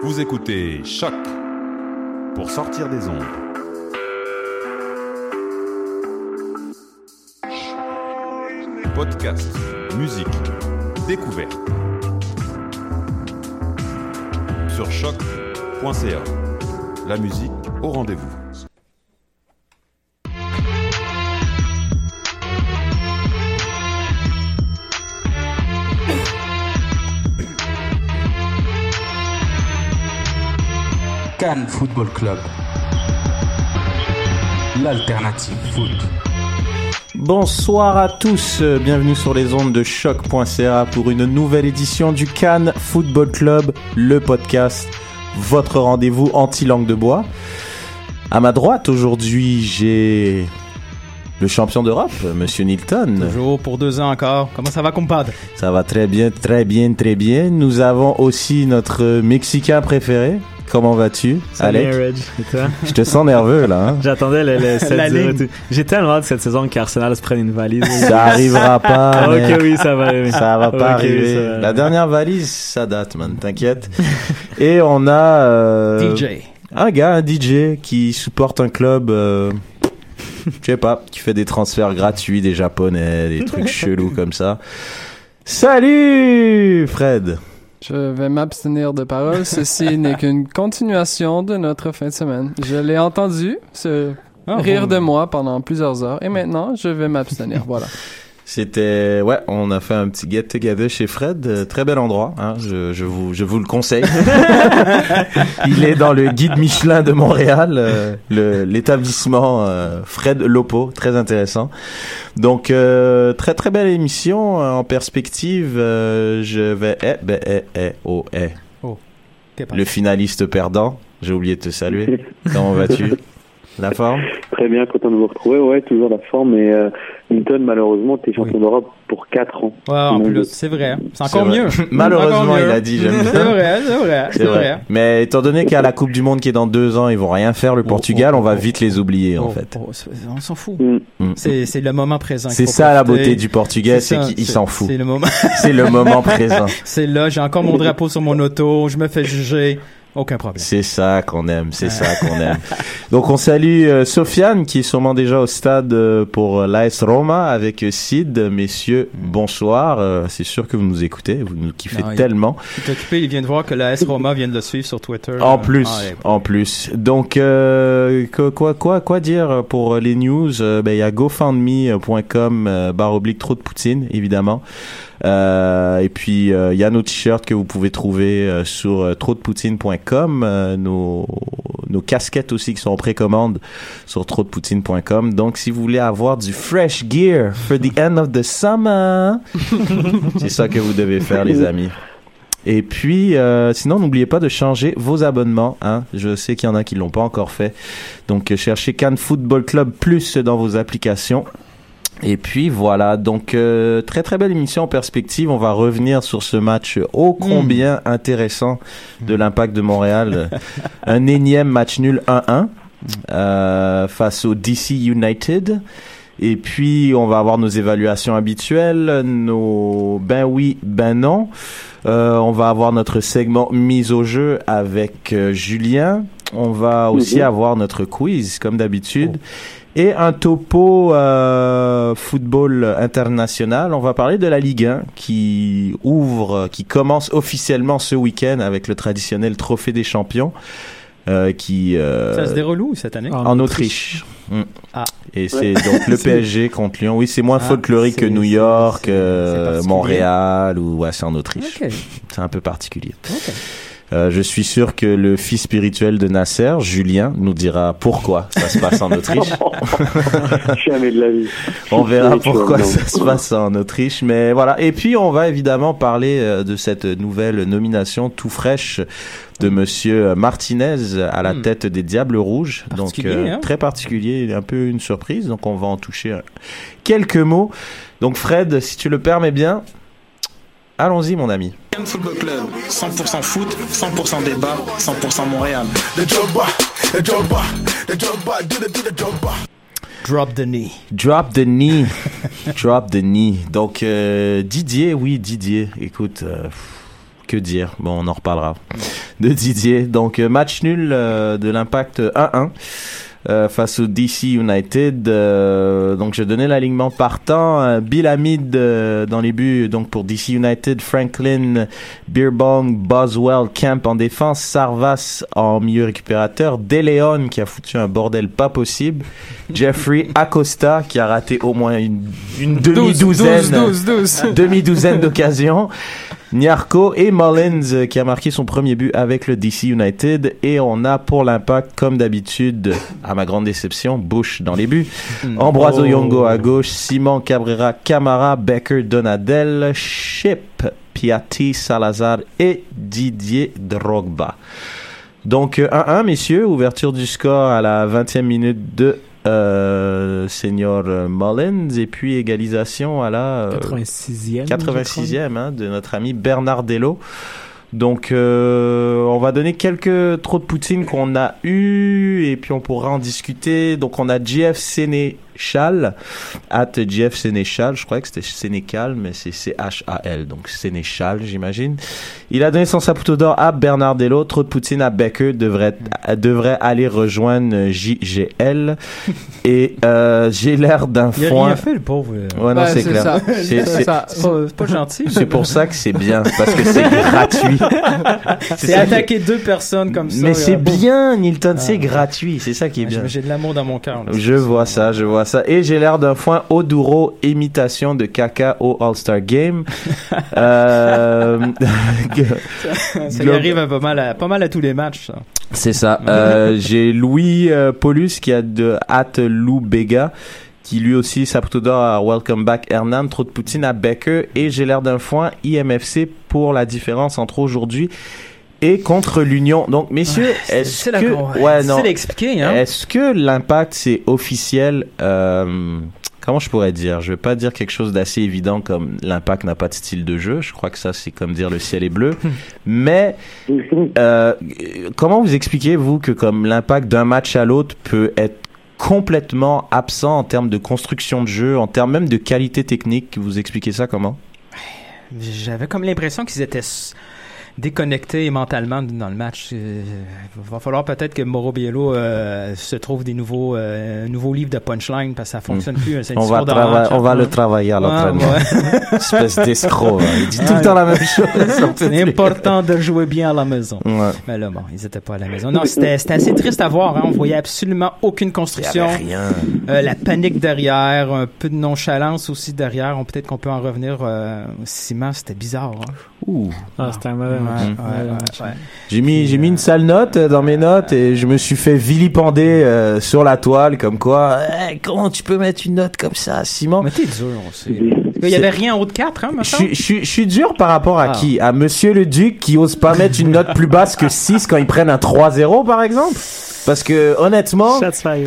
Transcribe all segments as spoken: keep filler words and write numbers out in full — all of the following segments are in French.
Vous écoutez Choc pour sortir des ondes. Podcast, musique, découverte. Sur choc point c a. La musique au rendez-vous. Cannes Football Club, l'alternative foot. Bonsoir à tous, bienvenue sur les ondes de choc point c a pour une nouvelle édition du Cannes Football Club, le podcast, votre rendez-vous anti-langue de bois. À ma droite, aujourd'hui, j'ai le champion d'Europe, Monsieur Nilton. Toujours pour deux ans encore. Comment ça va, compadre? Ça va très bien, très bien, très bien. Nous avons aussi notre Mexicain préféré. Comment vas-tu, Salut, Alec? Reg. Et toi? Je te sens nerveux, là. Hein? J'attendais le, le sept La zéro. ligne. J'ai tellement hâte cette saison qu'Arsenal se prenne une valise. Ça arrivera pas. Ok, mais oui, ça va arriver. Ça va pas Ok, arriver. ça va. La dernière valise, ça date, man. T'inquiète. Et on a euh, D J. un gars, un D J qui supporte un club, euh, je sais pas, qui fait des transferts gratuits des Japonais, des trucs chelous comme ça. Salut, Fred. Je vais m'abstenir de parole. Ceci n'est qu'une continuation de notre fin de semaine. Je l'ai entendu se Ah, rire bon. de moi pendant plusieurs heures et maintenant, je vais m'abstenir. Voilà. C'était, ouais, on a fait un petit get together chez Fred, euh, très bel endroit, hein, je, je vous, je vous le conseille. Il est dans le guide Michelin de Montréal, euh, le, l'établissement euh, Fred Lopo, très intéressant. Donc, euh, très très belle émission euh, en perspective. Euh, je vais, eh, ben, eh, eh, oh, eh. Oh, t'es pas. Le finaliste perdant. J'ai oublié de te saluer. Comment vas-tu? La forme? Très bien, content de vous retrouver. Ouais, toujours la forme. Et euh, Newton, malheureusement, t'es champion Oui. d'Europe pour quatre ans. Ouais, en Donc, plus, c'est vrai. C'est encore C'est mieux. vrai. Malheureusement, Encore mieux. il a dit, j'aime bien. C'est vrai, c'est vrai, c'est C'est vrai. vrai. Mais étant donné qu'à la Coupe du Monde qui est dans deux ans, ils vont rien faire, le Portugal, oh, on va oh, vite les oublier, en Oh, fait. oh, c'est- on s'en fout. Mm. Mm. C'est, c'est le moment présent. qu'il C'est faut ça la profiter. beauté du Portugais, c'est, ça, qu'il s'en fout. C'est le moment. C'est le moment présent. C'est là, j'ai encore mon drapeau sur mon auto, je me fais juger. Aucun problème. C'est ça qu'on aime, c'est ça qu'on aime. Donc on salue euh, Sofiane qui est sûrement déjà au stade euh, pour euh, l'A S Roma avec euh, Sid. Messieurs, bonsoir. Euh, c'est sûr que vous nous écoutez, vous nous kiffez Non, il- tellement. Il est occupé, il vient de voir que la S Roma vient de le suivre sur Twitter. En Euh, plus, ah, ouais. en plus. Donc, euh, que- quoi, quoi, quoi dire pour les news? Euh, ben, il y a gofundme point com euh, barre oblique trop de poutine, évidemment. Euh, et puis, euh, il y a nos t-shirts que vous pouvez trouver euh, sur euh, trop de poutine point com, euh, nos, nos casquettes aussi qui sont en précommande sur trop de poutine point com. Donc, si vous voulez avoir du fresh gear for the end of the summer, c'est ça que vous devez faire, les amis. Et puis, euh, sinon, n'oubliez pas de changer vos abonnements. Hein. Je sais qu'il y en a qui l'ont pas encore fait. Donc, euh, cherchez Cannes Football Club Plus dans vos applications. Et puis, voilà. Donc, euh, très, très belle émission en perspective. On va revenir sur ce match ô combien mmh. intéressant de l'Impact de Montréal. Un énième match nul un un euh, face au D C United. Et puis, on va avoir nos évaluations habituelles, nos ben oui, ben non. Euh, on va avoir notre segment mise au jeu avec euh, Julien. On va aussi mm-hmm. avoir notre quiz, comme d'habitude. Oh. Et un topo euh, football international. On va parler de la Ligue un qui ouvre, qui commence officiellement ce week-end avec le traditionnel Trophée des Champions. Euh, qui euh, ça se déroule où cette année? En, en Autriche. Mmh. Ah. Et c'est donc le P S G contre Lyon. Oui, c'est moins ah, folklorique que New York, c'est, euh, c'est Montréal ou ouais, c'est en Autriche. Okay. C'est un peu particulier. Okay. Euh, je suis sûr que le fils spirituel de Nasser, Julien, nous dira pourquoi ça se passe en Autriche. Jamais de la vie. On verra pourquoi ça se passe en Autriche, mais voilà. Et puis on va évidemment parler euh, de cette nouvelle nomination tout fraîche de Monsieur Martinez à la tête des Diables Rouges. Donc euh, hein. très particulier, un peu une surprise. Donc on va en toucher euh, quelques mots. Donc Fred, si tu le permets bien, allons-y mon ami. Cannes Football Club, cent pour cent foot, cent pour cent débat, cent pour cent Montréal. Drop the knee. Drop the knee. Drop the knee. Donc euh, Didier, oui Didier. Écoute. Euh, Que dire? Bon, on en reparlera. de Didier. Donc, euh, match nul euh, de l'Impact un un. Euh, face au D C United. Euh, donc, je donnais l'alignement partant. Euh, Bill Hamid euh, dans les buts. Donc, pour D C United, Franklin, Beerbong, Boswell, Camp en défense, Sarvas en milieu récupérateur, De Leon qui a foutu un bordel pas possible, Jeffrey Acosta qui a raté au moins une, une demi-douzaine, douze, douze, douze. demi-douzaine d'occasions, Nyarko et Mullins qui a marqué son premier but avec le D C United. Et on a pour l'Impact, comme d'habitude, à ma grande déception, Bush dans les buts. Ambroise Oyongo à gauche, Simon Cabrera, Camara, Becker, Donadel, Ship, Piatti, Salazar et Didier Drogba. Donc un un, messieurs, ouverture du score à la vingtième minute de Euh, Senior Mullins, et puis égalisation à la euh, quatre-vingt-sixième quatre-vingt-sixième hein, de notre ami Bernardello. Donc euh, on va donner quelques trop de poutine qu'on a eu et puis on pourra en discuter. Donc on a J F Sénéchal at J F Sénéchal, je croyais que c'était Sénécal mais c'est C H A L, donc Sénéchal j'imagine. Il a donné son saputo d'or à Bernardello. Trop de poutine à Becker, devrait devrait aller rejoindre J G L. Et euh, j'ai l'air d'un Il a foin. rien fait le pauvre. Ouais non Ouais, c'est, c'est clair. ça. C'est, C'est c'est, ça. C'est pas, c'est pas gentil. c'est pour ça que c'est bien parce que c'est gratuit. C'est, c'est attaquer deux personnes comme ça. Mais c'est euh, bien, Nilton, Ah, c'est ouais. gratuit, c'est ça qui est Ouais, bien. J'ai, j'ai de l'amour dans mon cœur. là. Je vois ça, je vois ça. Et j'ai l'air d'un foin Oduro, imitation de Kaka au All-Star Game. euh... Ça lui arrive à pas mal à, pas mal à tous les matchs. Ça. C'est ça. Euh, j'ai Louis euh, Paulus qui a de hâte Lou Bega, qui lui aussi saputo d'or à Welcome Back Hernan, trop de poutine à Becker, et j'ai l'air d'un foin I M F C pour la différence entre aujourd'hui et contre l'Union. Donc messieurs, Ouais, est-ce c'est, que c'est la, ouais non, c'est l'expliquer hein. est-ce que l'Impact c'est officiel? euh, Comment je pourrais dire? Je vais pas dire quelque chose d'assez évident comme l'Impact n'a pas de style de jeu. Je crois que ça, c'est comme dire le ciel est bleu. Mais euh, comment vous expliquez, vous, que comme l'Impact d'un match à l'autre peut être complètement absent en termes de construction de jeu, en termes même de qualité technique? Vous expliquez ça comment? J'avais comme l'impression qu'ils étaient s- déconnectés mentalement dans le match. Euh, Il va falloir peut-être que Mauro Biello euh, se trouve des nouveaux euh, nouveaux livres de punchline parce que ça fonctionne plus. C'est une On va, histoire de trava- hanche, on va hein. le travailler à l'entraînement. Ouais, Espèce d'escroc. Hein. Il dit tout le temps la même chose. C'est important de jouer bien à la maison. Ouais. Mais là, bon, ils étaient pas à la maison. Non, c'était, c'était assez triste à voir. Hein. On voyait absolument aucune Il y construction. avait rien. Euh, la panique derrière, un peu de nonchalance aussi derrière. On, peut-être qu'on peut en revenir euh, au ciment. C'était bizarre. Hein. Ouh. Ah, c'était un mauvais Ouais, match. ouais, Mauvais ouais, match. ouais. J'ai mis, j'ai mis une sale note euh, dans mes notes et je me suis fait vilipender euh, sur la toile comme quoi, hey, comment tu peux mettre une note comme ça, Simon? Mais t'es dur, on sait. Il y avait rien en haut de quatre, hein, Je maintenant? suis- je suis je suis dur par rapport à Ah. qui? À Monsieur le Duc qui ose pas mettre une note plus basse que six quand ils prennent un trois zéro par exemple? Parce que honnêtement, Shots fired.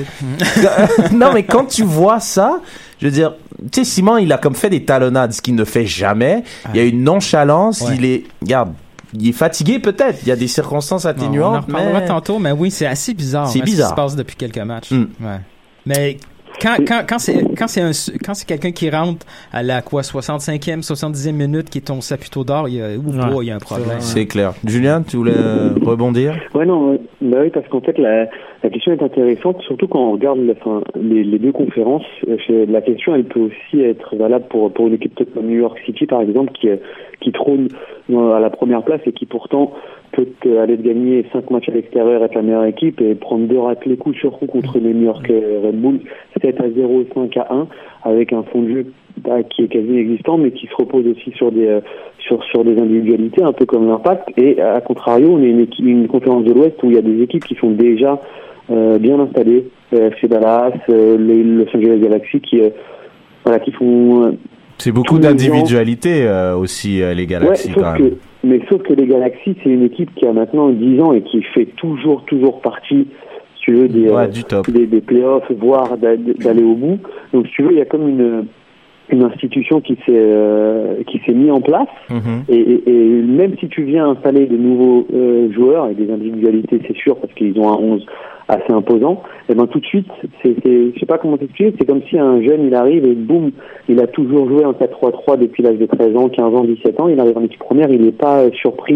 non mais quand tu vois ça, je veux dire, tu sais, Simon il a comme fait des talonnades, ce qu'il ne fait jamais. Il y a une nonchalance, Ouais. il est, regarde, il est fatigué peut-être. Il y a des circonstances On en atténuantes, reparlera mais tantôt, mais oui, c'est assez bizarre. C'est hein, bizarre. Ce qui se passe depuis quelques matchs. Mm. Ouais. Mais quand, quand, quand c'est, quand c'est un, quand c'est quelqu'un qui rentre à la, quoi, soixante-cinquième, soixante-dixième minute, qui est ton saputo d'or, il y a, ou Ouais. pas, il y a un problème. c'est clair. Julien, tu voulais euh, rebondir? Ouais, non, euh, bah oui, parce qu'en fait, la, la question est intéressante, surtout quand on regarde la, enfin, les, les deux conférences. Euh, chez- La question, elle peut aussi être valable pour, pour une équipe comme New York City, par exemple, qui, euh, qui trône dans- à la première place et qui pourtant peut euh, aller de gagner cinq matchs à l'extérieur, être la meilleure équipe et prendre deux raclés coup sur coup contre les New York euh, Red Bulls, sept à zéro, cinq à un, avec un fond de jeu bah, qui est quasi inexistant, mais qui se repose aussi sur des euh, sur sur des individualités, un peu comme l'Impact. Et à contrario, on est une, équipe, une conférence de l'Ouest où il y a des équipes qui sont déjà euh, bien installées, euh, chez Dallas, euh, les Los Angeles Galaxy, qui euh, voilà, qui font euh, C'est beaucoup Tous les d'individualité euh, aussi, euh, les Galaxies, ouais, quand sauf même. que, mais sauf que les Galaxies, c'est une équipe qui a maintenant dix ans et qui fait toujours, toujours partie, si tu veux, des, Ouais, euh, du top. des, des playoffs, voire d'a- d'aller au bout. Donc, si tu veux, il y a comme une, une institution qui s'est, euh, qui s'est mise en place. Mhm. Et, et, et même si tu viens installer de nouveaux euh, joueurs et des individualités, c'est sûr, parce qu'ils ont un onze assez imposant, et ben tout de suite, c'est, c'est, je sais pas comment t'expliquer, c'est comme si un jeune, il arrive et boum, il a toujours joué en quatre trois trois depuis l'âge de treize ans, quinze ans, dix-sept ans, il arrive en équipe première, il n'est pas euh, surpris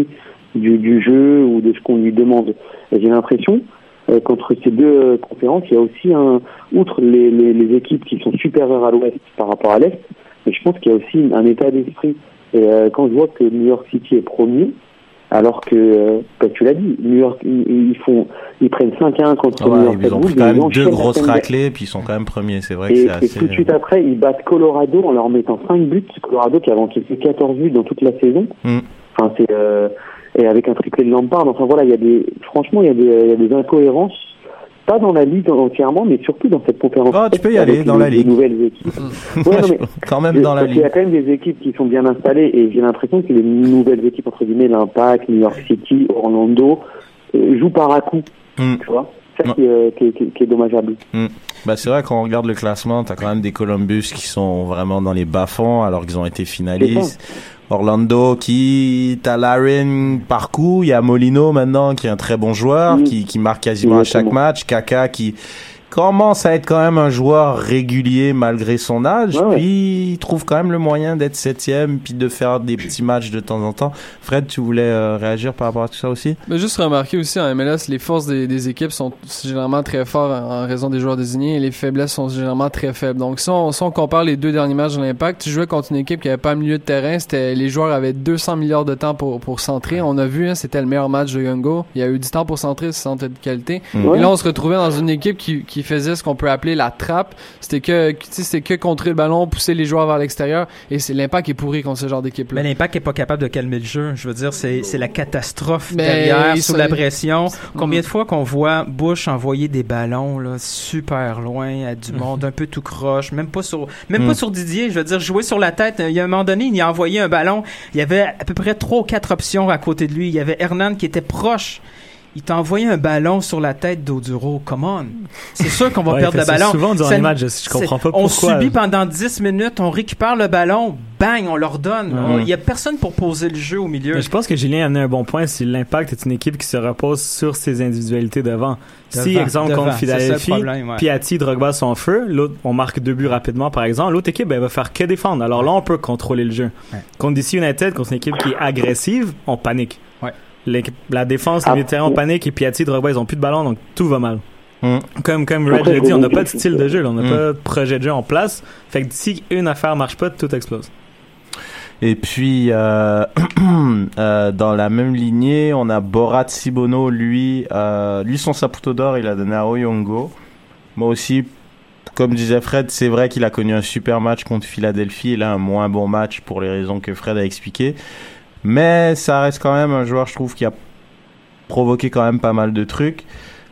du, du jeu ou de ce qu'on lui demande. Et j'ai l'impression euh, qu'entre ces deux euh, conférences, il y a aussi un, outre les, les, les équipes qui sont supérieures à l'Ouest par rapport à l'Est, mais je pense qu'il y a aussi un état d'esprit. Et euh, quand je vois que New York City est premier, alors que, euh, bah, tu l'as dit, New York, ils, ils font, ils prennent cinq à un contre ouais, New York. Ils ont pris quand même deux grosses raclées, puis ils sont quand même premiers. C'est vrai que et, c'est assez... Et tout de suite après, ils battent Colorado en leur mettant cinq buts. Colorado qui avait encaissé quatorze buts dans toute la saison. Mm. Enfin, c'est, euh, et avec un triplé de Lampard. Enfin voilà, il y a des, franchement, il y a des, il y a des incohérences. Pas dans la ligue entièrement, mais surtout dans cette conférence. Oh, tu peux y aller dans les, la ligue. Les nouvelles équipes. ouais, non, mais quand même dans la ligue. Il y a quand même des équipes qui sont bien installées et j'ai l'impression que les nouvelles équipes, entre guillemets, l'Impact, New York City, Orlando, euh, jouent par à coup. Mm. Tu vois? C'est ça qui, euh, qui, qui, qui est dommageable. Mm. Bah, c'est vrai, quand on regarde le classement, t'as quand même des Columbus qui sont vraiment dans les bas-fonds alors qu'ils ont été finalistes. Orlando qui, t'as Larin par coup, il y a Molino maintenant qui est un très bon joueur, mmh. qui, qui marque quasiment à chaque match, Kaka qui commence à être quand même un joueur régulier malgré son âge, ouais, puis ouais. il trouve quand même le moyen d'être septième puis de faire des petits matchs de temps en temps. Fred, tu voulais euh, réagir par rapport à tout ça aussi? Mais juste remarquer aussi en M L S, les forces des, des équipes sont généralement très fortes en raison des joueurs désignés et les faiblesses sont généralement très faibles. Donc si on, si on compare les deux derniers matchs de l'Impact, tu jouais contre une équipe qui avait pas un milieu de terrain, c'était les joueurs avaient deux cents milliards de temps pour, pour centrer. On a vu, hein, c'était le meilleur match de Youngo. Il y a eu du temps pour centrer, c'est centre de qualité. Mmh. Et là, on se retrouvait dans une équipe qui, qui faisait ce qu'on peut appeler la trappe. C'était que, tu sais, c'était que contrer le ballon, pousser les joueurs vers l'extérieur. Et c'est l'Impact est pourri contre ce genre d'équipe-là. Mais l'Impact est pas capable de calmer le jeu. Je veux dire, c'est, c'est la catastrophe mais derrière, sous la pression. Combien de fois qu'on voit Bush envoyer des ballons, là, super loin à du monde, un peu tout croche, même pas sur, même mm. pas sur Didier. Je veux dire, jouer sur la tête. Il y a un moment donné, il a envoyé un ballon. Il y avait à peu près trois ou quatre options à côté de lui. Il y avait Hernan qui était proche. Il t'a envoyé un ballon sur la tête d'Oduro. Come on. C'est sûr qu'on va ouais, perdre le ballon. Souvent durant ça, les matchs, je, je comprends pas pourquoi. On subit pendant dix minutes, on récupère le ballon, bang, on leur donne. Il mm-hmm. y a personne pour poser le jeu au milieu. Mais je pense que Julien a amené un bon point. Si l'Impact est une équipe qui se repose sur ses individualités devant. devant si, exemple, devant, contre Philadelphie, ouais. Piatti, Drogba sont en feu, l'autre, on marque deux buts rapidement, par exemple. L'autre équipe, elle va faire que défendre. Alors là, on peut contrôler le jeu. Ouais. Contre D C United, contre une équipe qui est agressive, on panique. Ouais. La défense, les terrains en panique et Piatti, Drogba, ils ont plus de ballon, donc tout va mal. Mm. Comme, comme Reg l'a dit, on n'a pas de style de jeu, là, on n'a mm. pas de projet de jeu en place. Fait que si une affaire marche pas, tout explose. Et puis, euh, euh, dans la même lignée, on a Borat Sibono, lui, euh, lui son Saputo d'or, il a donné à Oyongo. Moi aussi, comme disait Fred, c'est vrai qu'il a connu un super match contre Philadelphie, et là un moins bon match pour les raisons que Fred a expliquées. Mais ça reste quand même un joueur, je trouve, qui a provoqué quand même pas mal de trucs.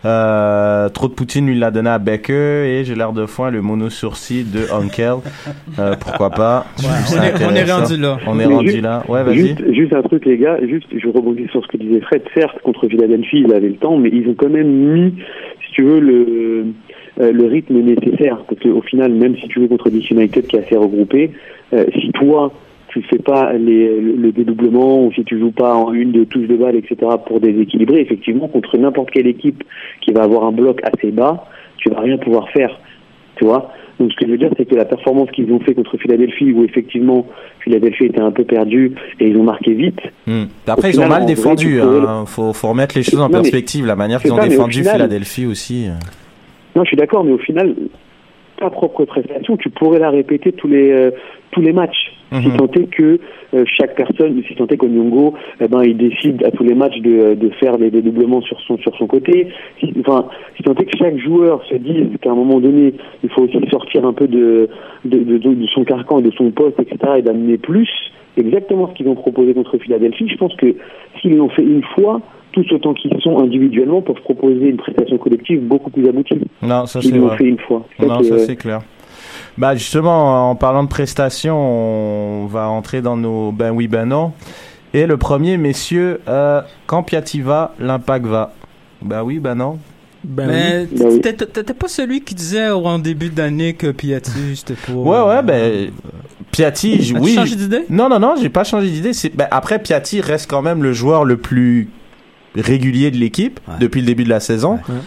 Euh, trop de Poutine, lui, l'a donné à Becker et j'ai l'air de foin le mono-sourcil de Unkel. Euh, pourquoi pas? Ouais, on, est, on est rendu là. On est Mais rendu juste, là. Ouais, vas-y. Juste, juste un truc, les gars. Juste, je rebondis sur ce que disait Fred. Certes, contre Philadelphie, il avait le temps, mais ils ont quand même mis, si tu veux, le, euh, le rythme nécessaire. Parce qu'au final, même si tu joues contre D C United qui est assez regroupé, euh, si toi, tu fais pas les, le, le dédoublement ou si tu joues pas en une de touche de balle, et cetera pour déséquilibrer, effectivement, contre n'importe quelle équipe qui va avoir un bloc assez bas, tu vas rien pouvoir faire, tu vois. Donc ce que je veux dire, c'est que la performance qu'ils ont fait contre Philadelphie, où effectivement Philadelphie était un peu perdu et ils ont marqué vite. Mmh. Après, ils final, ont mal défendu. Il hein. faut, faut remettre les choses en non, perspective. La manière qu'ils ont ça, défendu final, Philadelphie aussi. Non, je suis d'accord, mais au final, ta propre prestation, tu pourrais la répéter tous les euh, tous les matchs. Mm-hmm. Si tant est que euh, chaque personne, si tant est qu'Onyongo, eh ben, il décide à tous les matchs de, de faire des dédoublements sur son sur son côté. Si, enfin, si tant est que chaque joueur se dise qu'à un moment donné, il faut aussi sortir un peu de de, de, de, de son carcan, de son poste, et cetera, et d'amener plus. Exactement ce qu'ils ont proposé contre Philadelphie. Je pense que s'ils l'ont fait une fois, tous autant qu'ils sont individuellement, peuvent proposer une prestation collective beaucoup plus aboutie. Non, ça Ils c'est l'ont vrai. fait une fois. C'est non, ça, ça c'est clair. Bah justement, en parlant de prestations, on va entrer dans nos ben oui, ben non. Et le premier, messieurs, euh, quand Piatti va, l'Impact va. Ben oui, ben non. Ben mais oui. Ben t'étais, t'étais pas celui qui disait en début d'année que Piatti, c'était pas... Ouais, ouais, ben... Piatti, As-tu oui. changé d'idée? Non, non, non, j'ai pas changé d'idée. C'est, ben, après, Piatti reste quand même le joueur le plus régulier de l'équipe ouais. depuis le début de la saison. Ouais.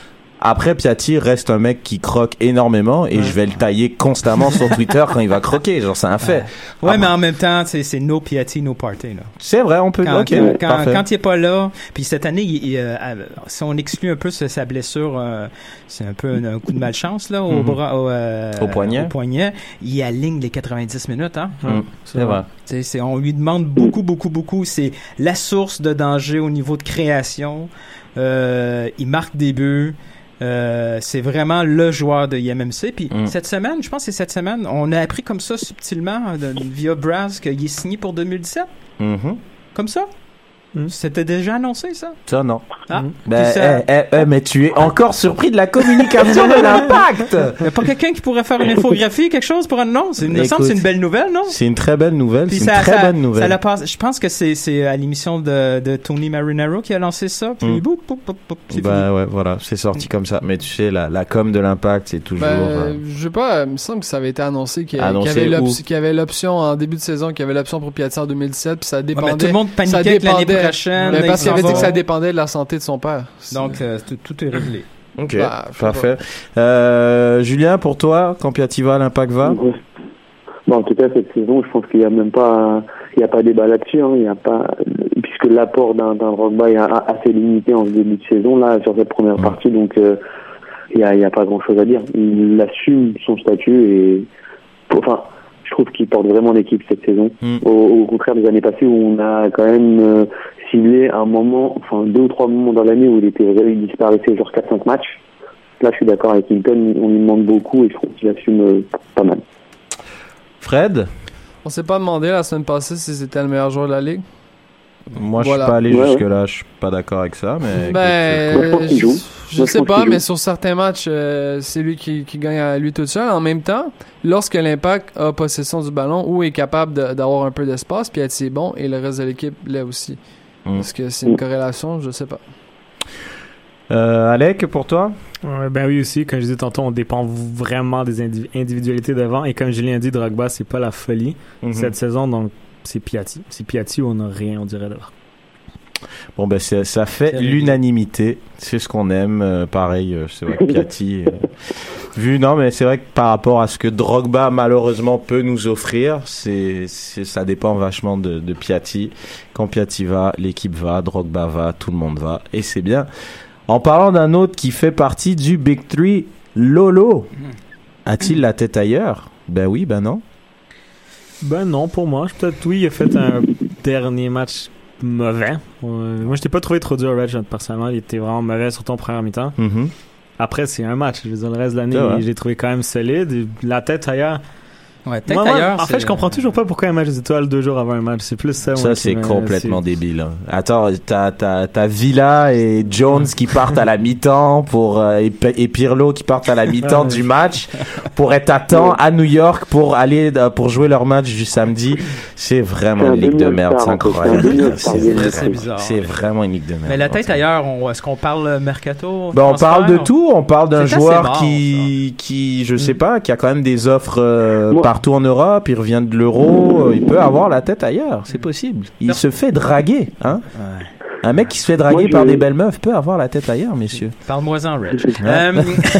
Après, Piatti reste un mec qui croque énormément et ouais. je vais le tailler constamment sur Twitter quand il va croquer. Genre, c'est un fait. Ouais, ah, mais en même temps, c'est, c'est no Piatti, no party, là. C'est vrai, on peut, quand, ok. Quand, quand, quand il est pas là, puis cette année, il, il, euh, si on exclut un peu sa blessure, euh, c'est un peu un, un coup de malchance, là, au mm-hmm. bras, au, euh, au poignet. Au poignet. Il aligne les quatre-vingt-dix minutes, hein. Mm. C'est, c'est vrai. C'est, c'est, on lui demande beaucoup, beaucoup, beaucoup. C'est la source de danger au niveau de création. Euh, il marque des buts. Euh, c'est vraiment le joueur de I M M C. Puis mm. cette semaine, je pense que c'est cette semaine, on a appris comme ça subtilement de, via Braz qu'il est signé pour deux mille dix-sept. Mm-hmm. Comme ça. Mm. C'était déjà annoncé, ça? Ça, non. Ah. Mm. Ben, ça... Eh, eh, eh, mais tu es encore surpris de la communication de l'Impact! Il n'y a pas quelqu'un qui pourrait faire une infographie, quelque chose pour annoncer? Il me semble que c'est une belle nouvelle, non? C'est une très belle nouvelle. Puis c'est ça, une très ça, bonne nouvelle. Ça la passe, je pense que c'est, c'est à l'émission de, de Tony Marinaro qui a lancé ça. Puis, mm. boum, boum, boum, boum, c'est ben, fini. ouais, voilà. C'est sorti mm. comme ça. Mais tu sais, la, la com de l'Impact, c'est toujours. Ben, euh... je sais pas, il me semble que ça avait été annoncé qu'il y, annoncé qu'il y, avait, l'option, qu'il y avait l'option en début de saison, qu'il y avait l'option pour Piatti en deux mille dix-sept. Puis ça dépendait. Ouais, mais tout le monde paniquait que l'année prochaine. Il avait dit que ça dépendait de la santé de son père. Donc, euh, tout, tout est réglé. Ok, bah, parfait. Euh, Julien, pour toi, quand Piatti va, l'Impact va? Ouais. Bon, en tout cas, cette saison, je pense qu'il n'y a même pas, il n'y a pas débat là-dessus. Hein. Il y a pas, puisque l'apport d'un, d'un Drogba est assez limité en début de saison là sur cette première mmh. partie, donc euh, il n'y a, il y a pas grand-chose à dire. Il assume son statut et, enfin. Je trouve qu'il porte vraiment l'équipe cette saison. Mm. Au, au contraire des années passées où on a quand même euh, ciblé un moment, enfin deux ou trois moments dans l'année où il était il disparaissait genre quatre cinq matchs. Là, je suis d'accord avec Hilton, on lui demande beaucoup et je trouve qu'il assume euh, pas mal. Fred? On s'est pas demandé la semaine passée si c'était le meilleur joueur de la Ligue. Moi, voilà. Je suis pas allé ouais, jusque-là. Ouais. Je suis pas d'accord avec ça, mais. Ben, écoute, euh, je, je Moi, sais pas, mais sur certains matchs, euh, c'est lui qui, qui gagne à lui tout seul. En même temps, lorsque l'Impact a possession du ballon ou est capable de, d'avoir un peu d'espace, puis être bon, et le reste de l'équipe l'est aussi. Mm. Est-ce que c'est une corrélation? Je sais pas. Euh, Alec, pour toi? Ouais, ben oui aussi, comme je disais tantôt, on dépend vraiment des indiv- individualités devant, et comme Julien a dit, Drogba, c'est pas la folie mm-hmm. cette saison, donc c'est Piatti. C'est Piatti où on n'a rien, on dirait, devant. Bon, ben, c'est, ça fait c'est l'unanimité. C'est ce qu'on aime. Euh, pareil, euh, c'est vrai que Piatti, euh, vu, non, mais c'est vrai que par rapport à ce que Drogba, malheureusement, peut nous offrir, c'est, c'est, ça dépend vachement de, de Piatti. Quand Piatti va, l'équipe va, Drogba va, tout le monde va. Et c'est bien. En parlant d'un autre qui fait partie du Big Three, Lolo. A-t-il la tête ailleurs? Ben oui, ben non. Ben non, pour moi. Peut-être oui, il a fait un dernier match mauvais. Euh, moi, je t'ai pas trouvé trop dur, Reg, personnellement. Il était vraiment mauvais, surtout en première mi-temps. Mm-hmm. Après, c'est un match. Je veux dire, le reste de l'année, ouais. j'ai trouvé quand même solide. La tête ailleurs. Ouais, tête moi, ailleurs. Moi, en fait, je comprends toujours pas pourquoi un match des étoiles deux jours avant un match. C'est plus ça. Ça, moi, c'est complètement c'est... débile. Hein. Attends, t'as, t'as, t'as Villa et Jones qui partent à la mi-temps pour, euh, et, et Pirlo qui partent à la mi-temps du match pour être à temps à New York pour aller, pour jouer leur match du samedi. C'est vraiment c'est une ligue de merde. C'est incroyable. C'est, c'est, c'est bizarre. C'est vraiment une ligue de merde. Mais la tête ailleurs, on, est-ce qu'on parle mercato? Ben, on parle de tout. On parle d'un c'est joueur mort, qui, ça. qui, je sais pas, qui a quand même des offres, euh, partout en Europe, il revient de l'Euro, il peut avoir la tête ailleurs, c'est possible. Il non. se fait draguer, hein. Ouais. Un mec qui se fait draguer Moi, je... par des belles meufs peut avoir la tête ailleurs, messieurs. Parle-moi-en, Reg. euh...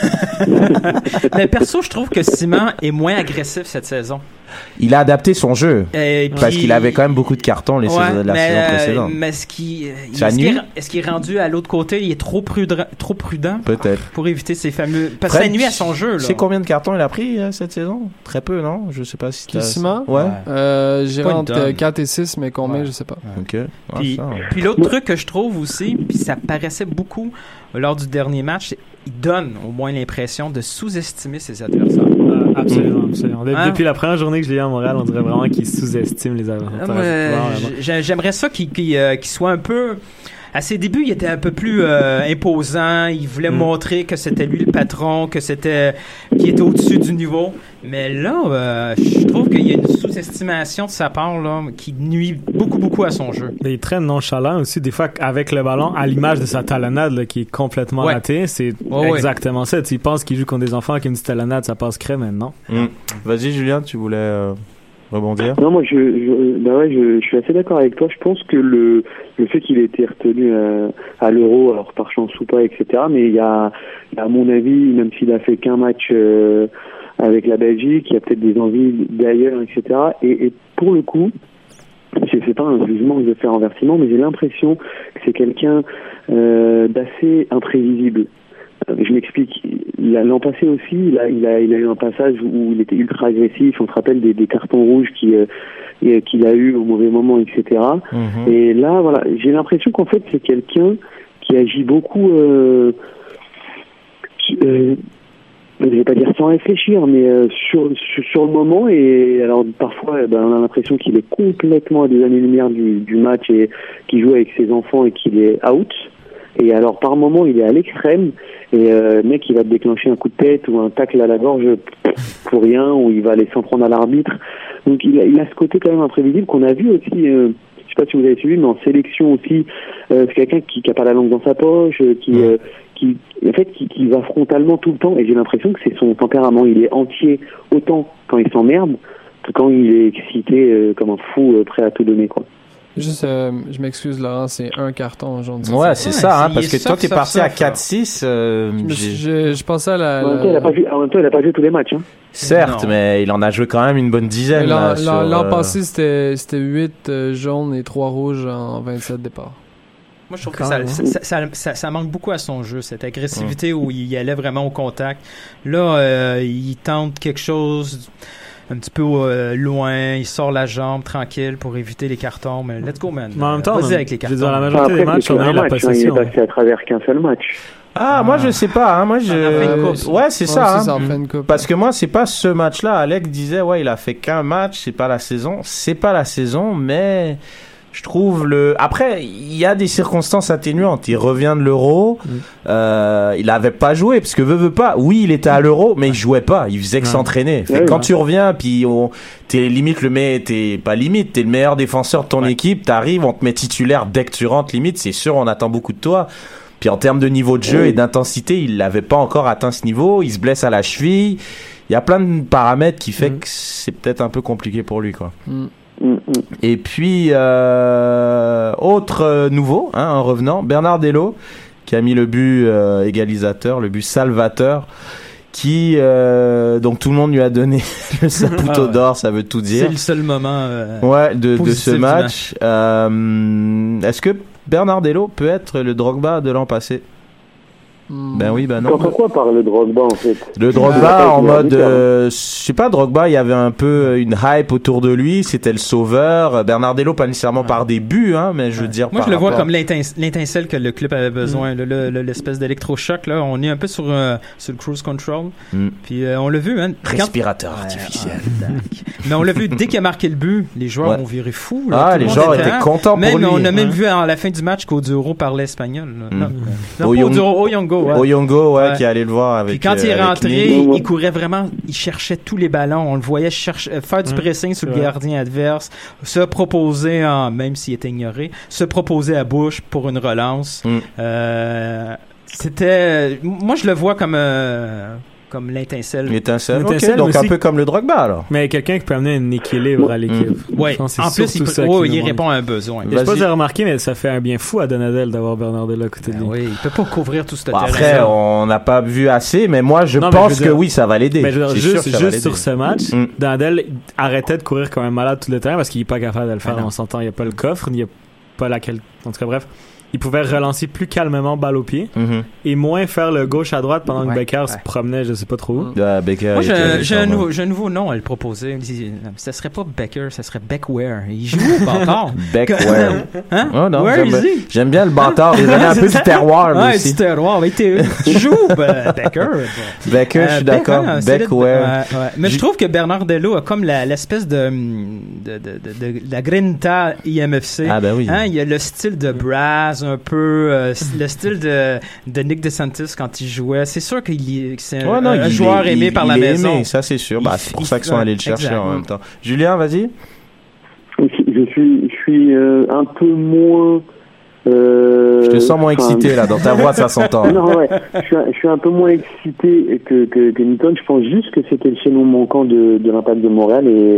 Mais perso, je trouve que Simon est moins agressif cette saison. Il a adapté son jeu puis, parce qu'il avait quand même beaucoup de cartons les ouais, saisons, la mais, saison précédente. Mais est-ce qu'il, est-ce, qu'il est, est-ce qu'il est rendu à l'autre côté? Il est trop prudent, trop prudent peut-être pour éviter ces fameux. Parce que ça nuit à son jeu. Tu sais combien de cartons il a pris euh, cette saison? Très peu, non? Je sais pas si tu as. Ouais. Euh, j'ai entre quatre et six, mais combien, ouais. je sais pas. Ok. Ouais, puis, ça, ouais. puis l'autre truc que je trouve aussi, puis ça paraissait beaucoup lors du dernier match, c'est il donne au moins l'impression de sous-estimer ses adversaires. Euh, absolument, absolument. De, hein? Depuis la première journée que je l'ai eu à Montréal, on dirait vraiment qu'il sous-estime les adversaires. Euh, ouais, j'aimerais ça qu'il, qu'il, euh, qu'il soit un peu... À ses débuts, il était un peu plus euh, imposant. Il voulait mm. montrer que c'était lui le patron, que c'était qu'il était au-dessus du niveau. Mais là, euh, je trouve qu'il y a une sous-estimation de sa part là, qui nuit beaucoup, beaucoup à son jeu. Il est très nonchalant aussi, des fois, avec le ballon, à l'image de sa talonnade là, qui est complètement ouais. ratée. C'est ouais, exactement ouais. ça. Tu penses qu'il joue contre des enfants avec une petite talonnade, ça passe crème, mais non. Mm. Vas-y, Julien, tu voulais... Euh... rebondir? Non, moi, je, je, bah ouais, je, je suis assez d'accord avec toi. Je pense que le, le fait qu'il ait été retenu à, à l'Euro, alors par chance ou pas, et cetera, mais il y a, à mon avis, même s'il a fait qu'un match euh, avec la Belgique, il y a peut-être des envies d'ailleurs, et cetera. Et, et pour le coup, je sais pas un jugement que je fais renversement, mais j'ai l'impression que c'est quelqu'un euh, d'assez imprévisible. Je m'explique. L'an passé aussi, il a, il a, il a eu un passage où il était ultra agressif. On se rappelle des, des cartons rouges qui, euh, qu'il a eu au mauvais moment, et cetera. Mm-hmm. Et là, voilà, j'ai l'impression qu'en fait, c'est quelqu'un qui agit beaucoup. Euh, qui, euh, je vais pas dire sans réfléchir, mais euh, sur, sur sur le moment. Et alors parfois, eh ben, on a l'impression qu'il est complètement à des années-lumière du, du match et qu'il joue avec ses enfants et qu'il est out. Et alors par moment, il est à l'extrême. Et euh, le mec, il va te déclencher un coup de tête ou un tacle à la gorge pour rien, ou il va aller s'en prendre à l'arbitre. Donc il a, il a ce côté quand même imprévisible qu'on a vu aussi. Euh, je sais pas si vous avez suivi, mais en sélection aussi, euh, c'est quelqu'un qui, qui a pas la langue dans sa poche, qui, euh, qui, en fait, qui, qui va frontalement tout le temps. Et j'ai l'impression que c'est son tempérament. Il est entier autant quand il s'emmerde que quand il est excité euh, comme un fou, euh, prêt à tout donner, quoi. Juste, euh, je m'excuse, Laurent, c'est un carton aujourd'hui. Ouais, c'est ouais, ça, hein, parce que toi, t'es parti à quatre six. Euh, je, je, je pensais à la... En même temps, il a pas joué, en même temps, il a pas joué tous les matchs. Hein. Certes, non. Mais il en a joué quand même une bonne dizaine. L'an, là, sur, l'an euh... passé, c'était, c'était huit euh, jaunes et trois rouges en vingt-sept départs. Moi, je trouve que ça, ça, ça, ça, ça manque beaucoup à son jeu, cette agressivité ouais. où il allait vraiment au contact. Là, euh, il tente quelque chose... un petit peu euh, loin, il sort la jambe tranquille pour éviter les cartons, mais let's go, man. Mais en même temps, vas-y avec les cartons. Dans la majorité après, des matchs, on a eu la possession. Il est passé à travers qu'un seul match. Ah, ah, moi je sais pas, hein, moi je. Euh, ouais, c'est ça. Aussi, hein. ça mmh. coupe, Parce que moi, c'est pas ce match-là. Alec disait, ouais, il a fait qu'un match, c'est pas la saison. C'est pas la saison, mais. Je trouve le. Après, il y a des circonstances atténuantes. Il revient de l'Euro. Mm. Euh, il avait pas joué parce que veut veut pas. Oui, il était à l'Euro, mais il jouait pas. Il faisait que ouais. s'entraîner. Fait ouais, quand ouais. tu reviens, puis on... t'es limite le mais t'es pas limite. T'es le meilleur défenseur de ton ouais. équipe. T'arrives, on te met titulaire dès que tu rentres. Limite, c'est sûr, on attend beaucoup de toi. Puis en termes de niveau de jeu ouais. et d'intensité, il l'avait pas encore atteint ce niveau. Il se blesse à la cheville. Il y a plein de paramètres qui fait mm. que c'est peut-être un peu compliqué pour lui, quoi. Mm. Et puis euh, autre euh, nouveau hein, en revenant, Bernard Delot qui a mis le but euh, égalisateur, le but salvateur, qui euh, donc tout le monde lui a donné le Saputo ah ouais. d'or, ça veut tout dire. C'est le seul moment euh, ouais de, de ce match. Euh, est-ce que Bernard Delot peut être le Drogba de l'an passé? Ben oui, ben non. Pourquoi par le Drogba en fait? Le Drogba en mode, euh, je sais pas, Drogba, il y avait un peu une hype autour de lui, c'était le sauveur. Bernard Delot, pas nécessairement ouais. par des buts, hein, mais je veux dire. Moi, par je le vois rapport... comme l'étince- l'étincelle que le club avait besoin, mm. le, le, le, l'espèce d'électrochoc là. On est un peu sur euh, sur le cruise control. Mm. Puis euh, on l'a vu, hein. Respirateur Quand... artificiel. Ouais, mais on l'a vu dès qu'il a marqué le but, les joueurs ouais. ont viré fou. Là, ah, les joueurs étaient contents pour lui. Même on a même ouais. vu à la fin du match qu'Oduro parlait espagnol. Mm. Non, non pas Oduro, Oyongo. Oyongo, ouais, ouais, qui allait le voir avec. Puis quand euh, il est rentré, Nick. il courait vraiment, il cherchait tous les ballons. On le voyait chercher, faire du pressing mmh, sur le gardien adverse, se proposer, en, même s'il était ignoré, se proposer à Bush pour une relance. Mmh. Euh, c'était, moi je le vois comme. Euh, comme l'étincelle. L'étincelle, okay, donc aussi, un peu comme le Drogba, alors. Mais quelqu'un qui peut amener un équilibre à l'équipe. Mmh. Oui, en plus, il, peut, oh, il répond à un besoin. Je sais pas si vous avez remarqué, mais ça fait un bien fou à Donadel d'avoir Bernard Delot à côté de lui. Oui, il peut pas couvrir tout ce bon, terrain. Après, on n'a pas vu assez, mais moi, je non, pense je que dire, oui, ça va l'aider. Mais je veux dire, juste, sûr juste sur ce match, mmh. Donadel arrêtait de courir comme un malade tout le terrain parce qu'il est pas capable de le faire. Ah on s'entend, il n'y a pas le coffre, il n'y a pas laquelle. En tout cas, bref. Il pouvait relancer plus calmement balle au pied mm-hmm. et moins faire le gauche à droite pendant ouais, que Becker ouais. se promenait, je sais pas trop où. Ah, Becker Moi, j'ai, j'ai, un nouveau, j'ai un nouveau nom à le proposer. Ça serait pas Becker, ça serait Beckware. Il joue au bâtard. Beckware. Hein? Oh, non, Where j'aime, is he? J'aime bien le bâtard. Il a un peu du terroir. Ouais, aussi. du terroir. Mais tu joues ben, Becker. Becker, euh, je suis d'accord. Hein, Beckware. Ouais, ouais. Mais J- je trouve que Bernard Delot a comme la, l'espèce de, de, de, de, de, de la grinta I M F C. Ah, ben oui. Hein, il y a le style de brass un peu. Euh, le style de, de Nick DeSantis quand il jouait, c'est sûr qu'il est, que c'est un, ouais, non, un joueur est, aimé il, par il la maison. Aimé, ça c'est sûr. Bah, c'est pour il, ça qu'ils sont allés le chercher exactement. En même temps. Julien, vas-y. Je suis, je suis euh, un peu moins. Euh, je te sens moins excité là, dans ta voix ça s'entend. Non, ouais, je suis, un, je suis un peu moins excité que, que, que Newton. Je pense juste que c'était le chaînon manquant de, de l'Impact de Montréal et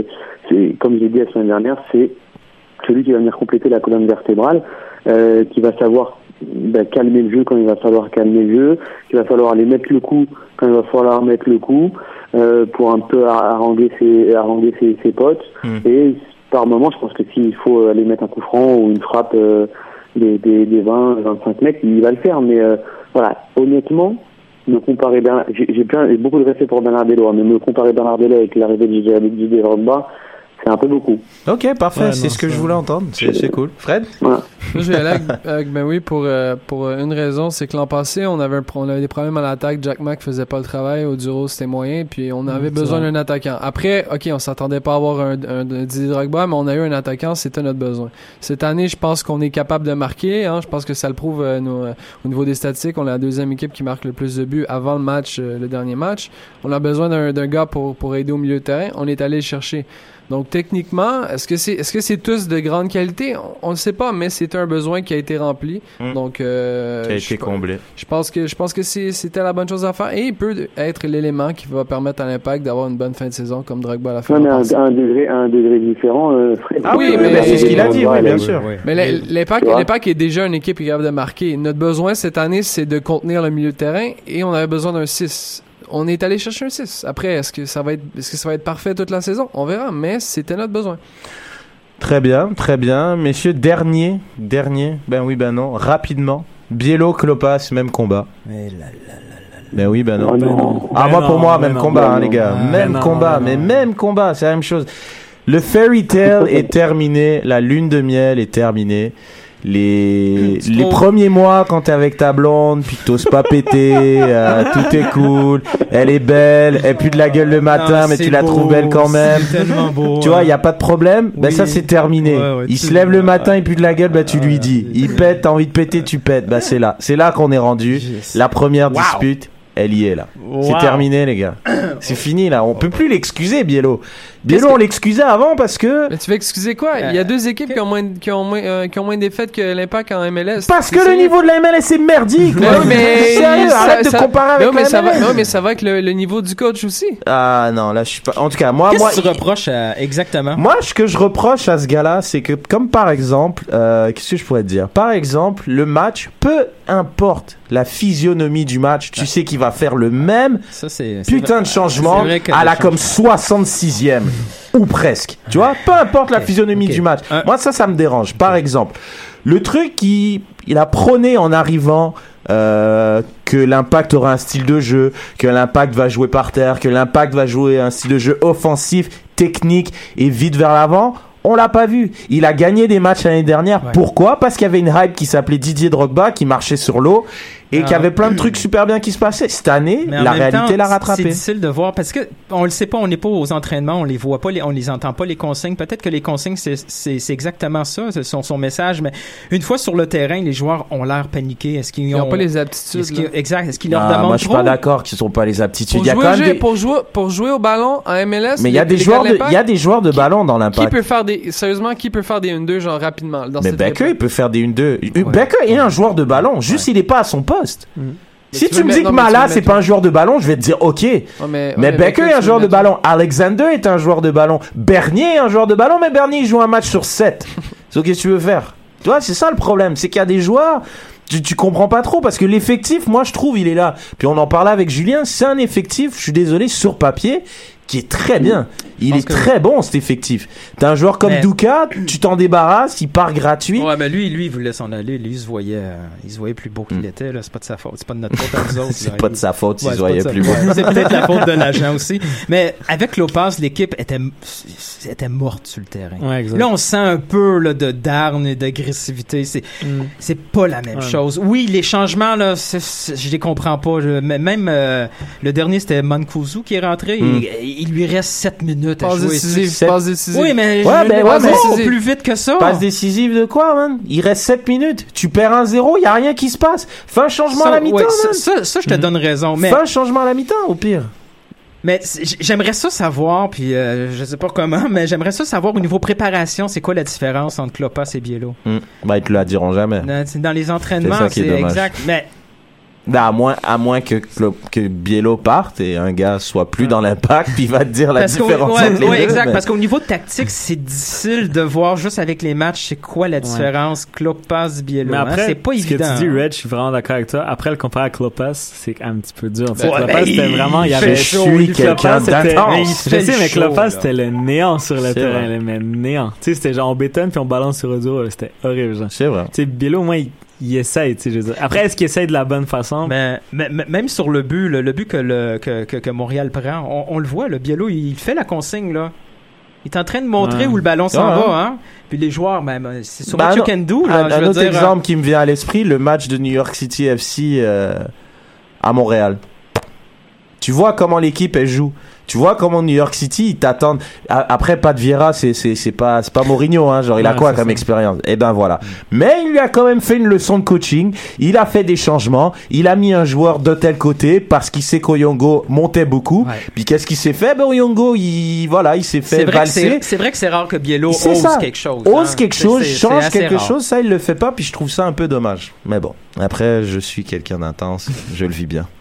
c'est, comme j'ai dit la semaine dernière, c'est celui qui va venir compléter la colonne vertébrale, euh, qui va savoir ben, calmer le jeu quand il va falloir calmer le jeu, qui va falloir aller mettre le coup quand il va falloir mettre le coup, euh, pour un peu haranguer ses, haranguer ses, ses potes. Mmh. Et par moment, je pense que s'il faut aller mettre un coup franc ou une frappe euh, des, des, des vingt, vingt-cinq mètres, il va le faire. Mais euh, voilà, honnêtement, me comparer Bernard, j'ai, j'ai, plein, j'ai beaucoup de respect pour Bernardelo, mais me comparer Bernardelo avec l'arrivée de Didier Drogba, c'est un peu beaucoup. Ok, parfait, ouais, c'est non, ce que je voulais entendre. C'est, c'est cool. Fred? Voilà. Moi, je vais aller avec, avec Ben oui pour, euh, pour une raison, c'est que l'an passé, on avait, un, on avait des problèmes à l'attaque. Jack Mack faisait pas le travail. Oduro, c'était moyen. Puis on avait mmh, besoin d'un attaquant. Après, ok, on s'attendait pas à avoir un, un, un Didier Drogba, mais on a eu un attaquant, c'était notre besoin. Cette année, je pense qu'on est capable de marquer. Hein, je pense que ça le prouve euh, nos, euh, au niveau des statistiques. On est la deuxième équipe qui marque le plus de buts avant le match, euh, le dernier match. On a besoin d'un, d'un gars pour, pour aider au milieu de terrain. On est allé le chercher. Donc techniquement, est-ce que c'est est-ce que c'est tous de grande qualité? On ne sait pas, mais c'est un besoin qui a été rempli. Mmh. Donc euh, qui a été comblé. Je pense que je pense que c'est, c'était la bonne chose à faire et il peut être l'élément qui va permettre à l'Impact d'avoir une bonne fin de saison comme Drogba l'a fait. Ouais, mais un, un degré un degré différent. Euh, ah oui, mais, mais c'est ce qu'il a dit, oui, bien sûr. Oui. Mais l'Impact l'Impact est déjà une équipe qui est capable de marquer. Notre besoin cette année, c'est de contenir le milieu de terrain et on avait besoin d'un six. On est allé chercher un six. Après, est-ce que ça va être, est-ce que ça va être parfait toute la saison? On verra, mais c'était notre besoin. Très bien, très bien. Messieurs, dernier, dernier, ben oui, ben non, rapidement. Biello, Klopas, même combat. Mais là, là, là, là. Ben oui, ben non. Oh non. Ah, ben moi, non, pour moi, ben même non, combat, ben hein, non. les gars. Ah, même ben combat, non, mais ben même combat, c'est la même chose. Le fairy tale est terminé, la lune de miel est terminée. Les, les premiers mois quand t'es avec ta blonde puis que t'oses pas péter, euh, tout est cool, elle est belle, elle pue de la gueule le matin, non, mais tu beau, la trouves belle quand même. C'est tellement beau. Tu vois, il y a pas de problème. Oui. Ben ça c'est terminé. Ouais, ouais, il se lève le matin, il pue de la gueule, bah ben, tu lui dis. Il pète, t'as envie de péter, tu pètes. Bah ben, c'est là, c'est là qu'on est rendu. La première wow. dispute, elle y est là. Wow. C'est terminé les gars. C'est fini là. On peut plus l'excuser, Biello. Biello, on l'excusait avant parce que. Mais tu veux excuser quoi? Il y a deux équipes qui ont moins, qui ont moins, euh, qui ont moins de défaites que l'Impact en M L S. Parce que le niveau de la M L S est merdique. Mais oui, mais sérieux, ça, arrête ça, de comparer avec non, mais la ça M L S. Va, non, mais ça va avec le, le niveau du coach aussi. Ah non, là je suis pas. En tout cas, moi, Qu'est-ce moi. que tu reproches à... exactement? Moi, ce que je reproche à ce gars-là, c'est que, comme par exemple, euh, qu'est-ce que je pourrais te dire? Par exemple, le match, peu importe la physionomie du match, tu ah. sais qu'il va faire le même ça, c'est, c'est putain vrai. de changement à la comme soixante-sixième. Ou presque, tu vois, peu importe la physionomie okay. du match. Euh, Moi, ça, ça me dérange. Par okay. exemple, le truc qui, il a prôné en arrivant euh, que l'Impact aura un style de jeu, que l'Impact va jouer par terre, que l'Impact va jouer un style de jeu offensif, technique et vite vers l'avant. On l'a pas vu. Il a gagné des matchs l'année dernière. Ouais. Pourquoi? Parce qu'il y avait une hype qui s'appelait Didier Drogba qui marchait sur l'eau et qu'il y avait plein de trucs super bien qui se passaient. Cette année, la réalité temps, l'a rattrapé. C'est difficile de voir parce que on le sait pas, on n'est pas aux entraînements, on les voit pas, les, on les entend pas les consignes. Peut-être que les consignes c'est, c'est, c'est exactement ça, c'est son, son message. Mais une fois sur le terrain, les joueurs ont l'air paniqués. Est-ce qu'ils ils ont pas les aptitudes? Est-ce qu'ils, exact. Est-ce qu'ils leur ah, demandent moi, je suis trop? pas d'accord qu'ils sont pas les aptitudes. Pour, il y a jouer, quand même jeu, des... pour jouer pour jouer au ballon en M L S. Mais il y a des joueurs de, il y a des joueurs de ballon dans l'Impact. Qui peut faire des, sérieusement, qui peut faire des un deux genre rapidement dans mais Becker il peut faire des un deux. Ouais. Becker est un joueur de ballon, juste ouais. il est pas à son poste. Mm. Si tu, tu me dis que Mala c'est pas un joueur de ballon, je vais te dire ok. Ouais, mais ouais, mais Becker est un joueur de ballon. Alexander est un joueur de ballon. Bernier est un joueur de ballon, mais Bernier il joue un match sur sept. C'est qu'est-ce que tu veux faire? Tu vois, c'est ça le problème, c'est qu'il y a des joueurs. Tu, tu comprends pas trop parce que l'effectif, moi je trouve, il est là. Puis on en parlait avec Julien, c'est un effectif, je suis désolé, sur papier, qui est très bien. Il est très bon cet effectif. T'as un joueur comme mais... Douka, tu t'en débarrasses, il part gratuit. Ouais, mais lui, lui, il voulait s'en aller. Lui, il se voyait, euh, il se voyait plus beau qu'il mm. était. Là, c'est pas de sa faute. C'est pas de notre faute à nous autres. c'est là. pas il... de sa faute s'il ouais, se voyait plus beau. Ouais, c'est peut-être la faute de l'agent aussi. Mais avec Lopez, l'équipe était, était morte sur le terrain. Ouais, là, on sent un peu là, de d'arne et d'agressivité. C'est, mm. c'est pas la même ouais. chose. Oui, les changements là, c'est, c'est, je les comprends pas. Je, même euh, le dernier, c'était Mancuso qui est rentré. Mm. Il, il lui reste sept minutes à passe jouer. Décisive, passe décisive. Oui, mais ouais, je ben, ouais, mais oh, plus vite que ça. Passe décisive de quoi, man? Il reste sept minutes. Tu perds un zéro, il y a rien qui se passe. Fais un changement ça, à la mi-temps, ouais, man. Ça, ça, ça je te mm. donne raison. Mais... Fais un changement à la mi-temps, au pire. Mais j'aimerais ça savoir, puis euh, je sais pas comment, mais j'aimerais ça savoir au niveau préparation, c'est quoi la différence entre Klopas et Biello? Mm. Ben, ils te la diront jamais. Dans, dans les entraînements, c'est, c'est exact. Mais Ben, à moins, à moins que, que Biello parte et un gars soit plus dans l'impact, puis il va te dire la parce différence ouais, entre les ouais, deux. exact, mais... parce qu'au niveau tactique, c'est difficile de voir juste avec les matchs, c'est quoi la différence, ouais. Klopas, Biello. Mais après, hein, c'est pas ce évident. Ce que tu dis, hein. Red, je suis vraiment d'accord avec toi. Après, le comparer à Klopas, c'est un petit peu dur. Ben, Klopas, ben, c'était vraiment, il y avait chaud. Je suis quelqu'un d'intense. Je sais, mais Klopas, c'était le néant sur le terrain, là, mais néant. Tu sais, c'était genre on bétonne puis on balance sur le dos, c'était horrible, genre. C'est vrai. Tu sais, Biello, au moins, il il essaye, tu sais, je veux dire. Après, est-ce qu'il essaye de la bonne façon? Mais, mais, même sur le but, le, le but que, le, que, que, que Montréal prend, on, on le voit, le Biello, il fait la consigne, là. Il est en train de montrer ouais. où le ballon s'en ah, va, hein. Puis les joueurs, même, c'est sur bah, what you can do, là. Un, un autre dire, exemple euh... qui me vient à l'esprit, le match de New York City F C euh, à Montréal. Tu vois comment l'équipe, elle joue. Tu vois comment New York City, ils t'attendent. Après, Pat Vieira, c'est, c'est, c'est pas, c'est pas Mourinho, hein. Genre, il a ouais, quoi comme ça. expérience? Eh ben, voilà. Mm. Mais il lui a quand même fait une leçon de coaching. Il a fait des changements. Il a mis un joueur de tel côté parce qu'il sait qu'Oyongo montait beaucoup. Ouais. Puis qu'est-ce qu'il s'est fait? Ben, Oyongo, il, voilà, il s'est fait c'est valser. C'est, c'est vrai que c'est rare que Biello ose ça. quelque chose. Ose hein. quelque chose, c'est, change c'est quelque rare. chose. Ça, il le fait pas. Puis je trouve ça un peu dommage. Mais bon. Après, je suis quelqu'un d'intense. Je le vis bien.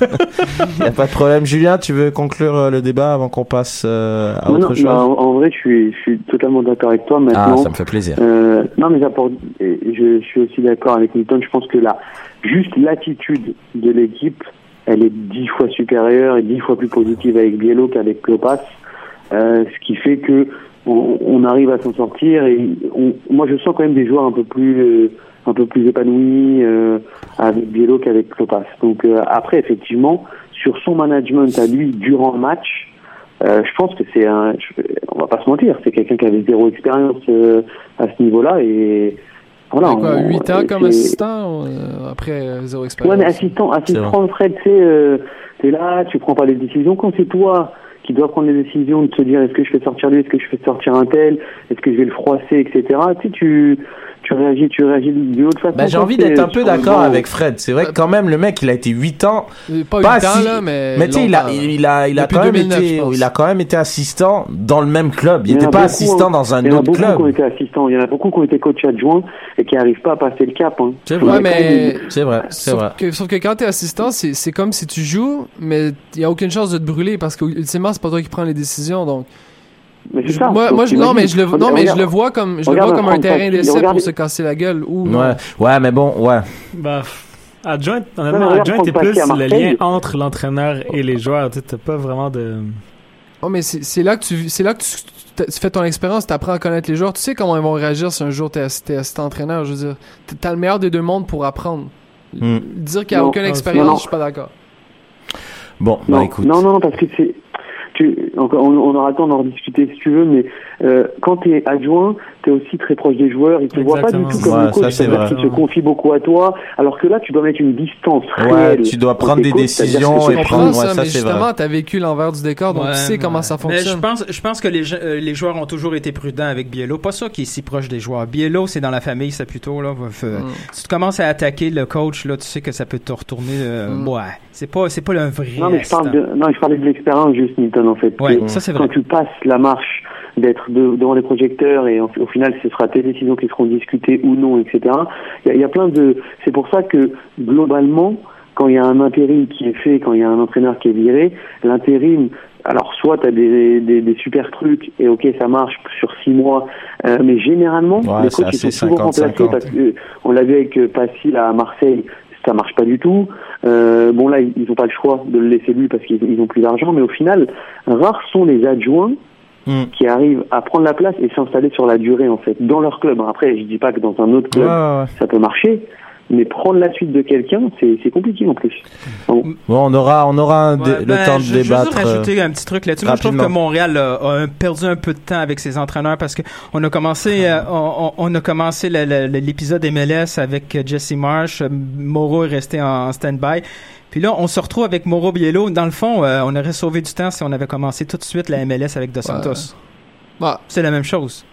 Y a pas de problème. Julien, tu veux conclure le débat avant qu'on passe euh, à non, autre non, chose? Bah, en, en vrai, je suis, je suis totalement d'accord avec toi maintenant. Ah, ça me fait plaisir. Euh, non, mais j'apporte, je, je suis aussi d'accord avec Newton. Je pense que là, juste l'attitude de l'équipe, elle est dix fois supérieure et dix fois plus positive avec Biello qu'avec Klopas. Euh, ce qui fait que on, on arrive à s'en sortir et on, moi, je sens quand même des joueurs un peu plus, euh, un peu plus épanouis euh, avec Biello qu'avec Klopas. Donc euh, après, effectivement, sur son management à lui durant le match, euh, je pense que c'est un, je, on va pas se mentir, c'est quelqu'un qui avait zéro expérience euh, à ce niveau-là et voilà. quoi, on, huit ans comme assistant euh, après euh, zéro expérience. Ouais, mais assistant, assistant, Fred, tu sais, euh, t'es là, tu prends pas les décisions quand c'est toi qui dois prendre les décisions de te dire est-ce que je fais sortir lui, est-ce que je fais sortir un tel, est-ce que je vais le froisser, et cetera. Tu sais, tu tu réagis, tu réagis d'une autre façon. Ben, j'ai envie d'être un peu d'accord avec Fred. C'est vrai que quand même, le mec, il a été huit ans. Pas, pas huit si... ans, là, mais. Mais tu sais, il a, il a, il a quand même été, il a quand même été assistant dans le même club. Il n'était pas assistant dans un autre club. Il y en a beaucoup qui ont été assistants. Il y en a beaucoup qui ont été coachs adjoints et qui n'arrivent pas à passer le cap, hein. C'est vrai, mais. C'est vrai, c'est vrai. Que, sauf que quand t'es assistant, c'est, c'est comme si tu joues, mais il n'y a aucune chance de te brûler parce que, ultimement, c'est pas toi qui prends les décisions, donc. Mais c'est ça. Moi, moi je, non, mais je le, non, mais je le vois comme, je le vois comme un terrain d'essai pour se casser la gueule ou. Ouais, ouais, mais bon, ouais. Bah, adjoint, honnêtement, adjoint, t'es plus le lien entre l'entraîneur et les joueurs. Tu t'as pas vraiment de. Oh, mais c'est, c'est là que tu, c'est là que tu, tu fais ton expérience, t'apprends à connaître les joueurs. Tu sais comment ils vont réagir si un jour t'es, t'es assistant entraîneur. Je veux dire, t'as le meilleur des deux mondes pour apprendre. Mm. Dire qu'il n'y a non, aucune expérience, non, non. je suis pas d'accord. Bon, non, bah écoute. Non, non, non, parce que c'est. Tu, on, on aura le temps d'en rediscuter si tu veux, mais euh, quand tu es adjoint, tu es aussi très proche des joueurs. Ils te voient pas du tout comme ouais, le coach, c'est-à-dire qu'ils se confient beaucoup à toi, alors que là, tu dois mettre une distance ouais, réelle. Tu dois prendre des coachs, décisions et prendre. Ça, ouais, ça, mais c'est justement, vrai. T'as vécu l'envers du décor, donc ouais, tu sais ouais. comment ça fonctionne. Mais je pense, je pense que les, euh, les joueurs ont toujours été prudents avec Biello. Pas ça qui est si proche des joueurs. Biello, c'est dans la famille, ça plutôt là. Mm. Si tu commences à attaquer le coach, là, tu sais que ça peut te retourner. Euh, mm. Ouais, c'est pas, c'est pas le vrai. Non, mais je parle de, non, je parlais de l'expérience juste, Newton, en fait. Ouais, ça c'est vrai. Quand tu passes la marche d'être de, devant les projecteurs et en, au final ce sera tes décisions qui seront discutées ou non, et cetera. Il y a, il y a plein de. C'est pour ça que globalement, quand il y a un intérim qui est fait, quand il y a un entraîneur qui est viré, l'intérim. Alors soit t'as des, des des super trucs et ok ça marche sur six mois, euh, mais généralement ouais, les coachs ils sont souvent remplacés parce que on l'a vu avec euh, Passy là à Marseille. Ça marche pas du tout. Euh, bon là, ils n'ont pas le choix de le laisser lui parce qu'ils ils ont plus d'argent, mais au final, rares sont les adjoints mm. qui arrivent à prendre la place et s'installer sur la durée en fait dans leur club. Après, je dis pas que dans un autre club ouais, ouais. ça peut marcher, mais prendre la suite de quelqu'un, c'est, c'est compliqué en plus. Bon, bon on aura, on aura un ouais, dé- ben, le temps de je, débattre. Je veux juste rajouter un petit truc là-dessus. Moi, je trouve que Montréal a, a perdu un peu de temps avec ses entraîneurs parce que on a commencé, euh, on, on a commencé le, le, l'épisode M L S avec Jesse Marsh. Moreau est resté en, en stand-by. Puis là, on se retrouve avec Mauro Biello. Dans le fond, euh, on aurait sauvé du temps si on avait commencé tout de suite la M L S avec Dos Santos. Ouais. Ouais. C'est la même chose.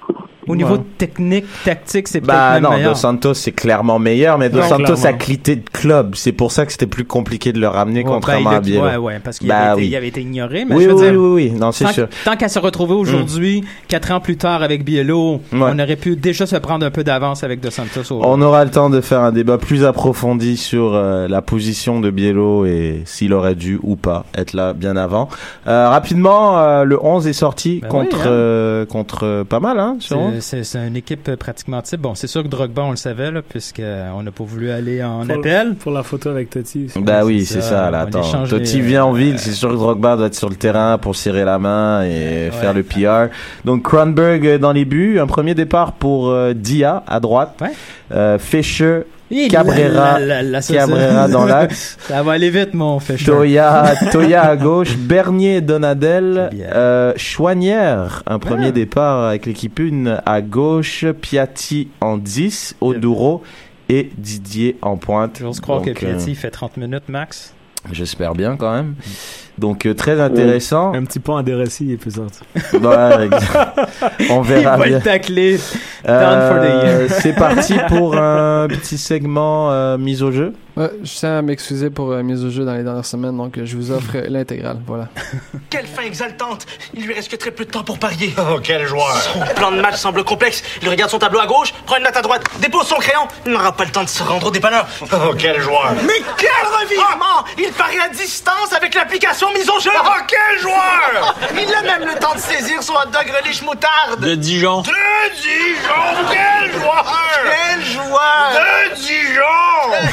Au niveau ouais. technique, tactique, c'est bah, peut-être non, même meilleur. Dos Santos, c'est clairement meilleur, mais Dos non, Santos clairement. a quitté de club. C'est pour ça que c'était plus compliqué de le ramener, ouais, contrairement ben, à Biello. Ouais, ouais, parce qu'il bah, avait, oui. été, il avait été ignoré. Mais oui, je veux oui, dire, oui, oui, non, c'est tant, sûr. Tant qu'à se retrouver aujourd'hui, mm. quatre ans plus tard avec Biello, ouais. on aurait pu déjà se prendre un peu d'avance avec Dos Santos. Au... On aura le temps de faire un débat plus approfondi sur euh, la position de Biello et s'il aurait dû ou pas être là bien avant. Euh, rapidement, euh, le onze est sorti ben contre, oui, hein. euh, contre euh, pas mal, hein, c'est, c'est, c'est une équipe pratiquement type. Bon, c'est sûr que Drogba, on le savait, là, puisqu'on n'a pas voulu aller en pour, appel. Pour la photo avec Totti. Bah oui, c'est, c'est ça, ça là, attends. Totti vient en ville, euh, c'est sûr que Drogba doit être sur le terrain pour serrer la main et ouais. faire le P R. Donc, Kronberg dans les buts, un premier départ pour euh, Dia à droite, ouais. euh, Fischer, Et Cabrera, la, la, la, la, Cabrera dans l'axe. Ça va aller vite, mon Fischer. Toya, Toya à gauche, Bernier, Donadel, euh, Chouanière, un premier ouais. départ avec l'équipe une à gauche, Piatti en dix, Oduro et Didier en pointe. J'ose croire Donc, que Piatti euh, fait trente minutes max. J'espère bien quand même. Donc euh, très intéressant. Un petit pont à Deressi il peut sortir. Ouais, on verra il va bien. le tacler. Euh, c'est parti pour un petit segment euh, mise au jeu. Ouais, je tiens à m'excuser pour euh, mise au jeu dans les dernières semaines, donc euh, je vous offre euh, l'intégrale. Voilà. Quelle fin exaltante! Il lui reste que très peu de temps pour parier. Oh, quel joueur! Son plan de match semble complexe. Il regarde son tableau à gauche, prend une note à droite, dépose son crayon. Il n'aura pas le temps de se rendre au dépanneur. Oh, quel joueur! Mais quel revirement! Il parie à distance avec l'application mise au jeu. Oh, quel joueur! Il a même le temps de saisir son hot dog relish moutarde. De Dijon. De Dijon! Quel joueur! Quel joueur! De Dijon!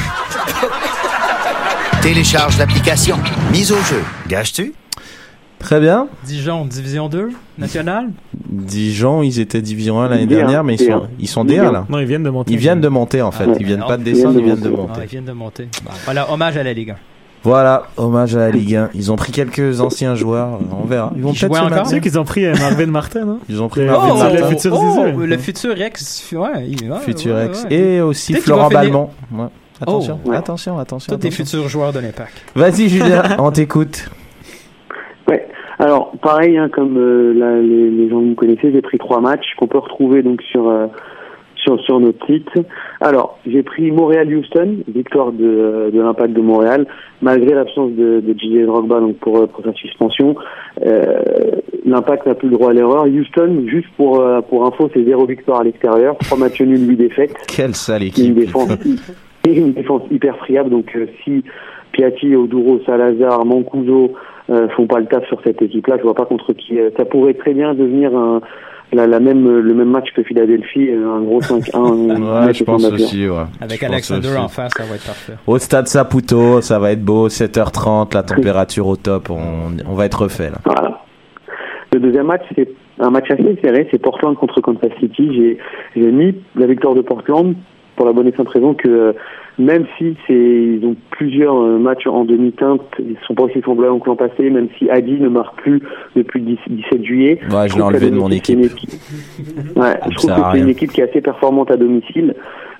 Télécharge l'application. Mise au jeu. Gages-tu? Très bien. Dijon, Division deux, nationale? Dijon, ils étaient Division un l'année D un, dernière, mais ils sont, ils sont D un là. Non, ils viennent de monter. Ils viennent de monter en fait. Ah, ils viennent alors, pas de descendre, ils viennent de monter. Ah, ils viennent de monter. Bon. Voilà, hommage à la Ligue un. Voilà, hommage à la Ligue un. Ils ont pris quelques anciens joueurs, on verra. Ils vont peut-être se mettre. Tu sais qu'ils ont pris euh, Marvin Martin, non? Ils ont pris oh, Marvin oh, Martin. Le futur oh, oh, le futur ex, ouais, ouais futur ouais, ex ouais, ouais. et aussi peut-être Florent Balmont. Ouais. Attention, oh, ouais. attention, attention. Tous des futurs joueurs de l'Impact. Vas-y, Julien, on t'écoute. Ouais. Alors, pareil, hein, comme euh, là, les, les gens que vous connaissez, j'ai pris trois matchs qu'on peut retrouver donc sur euh, sur sur notre site. Alors, j'ai pris Montréal-Houston, victoire de de l'Impact de Montréal, malgré l'absence de, de J J Drogba donc pour pour sa suspension. Euh, L'Impact n'a plus le droit à l'erreur. Houston, juste pour euh, pour info, c'est zéro victoire à l'extérieur, trois matchs nuls, huit défaites. Quelle sale équipe. Une défense et une défense hyper friable. Donc euh, si Piatti, Oduro, Salazar, Mancuso euh, font pas le taf sur cette équipe-là, je vois pas contre qui. Euh, ça pourrait très bien devenir un La, la même, le même match que Philadelphie, un gros cinq un. Ouais, je pense aussi, ouais. Avec je Alexander en face, ça va être parfait. Au stade Saputo, ça va être beau, sept heures trente, la température au top, on, on va être refait, là. Voilà. Le deuxième match, c'est un match assez serré, c'est Portland contre Kansas City. J'ai, j'ai mis la victoire de Portland pour la bonne et simple raison que euh, même si c'est, ils ont plusieurs euh, matchs en demi-teinte, ils sont pas aussi semblants que l'an passé, même si Adi ne marque plus depuis le dix-sept juillet. Ouais, je l'ai enlevé de mon équipe. équipe. Ouais, je trouve que c'est une équipe qui est assez performante à domicile.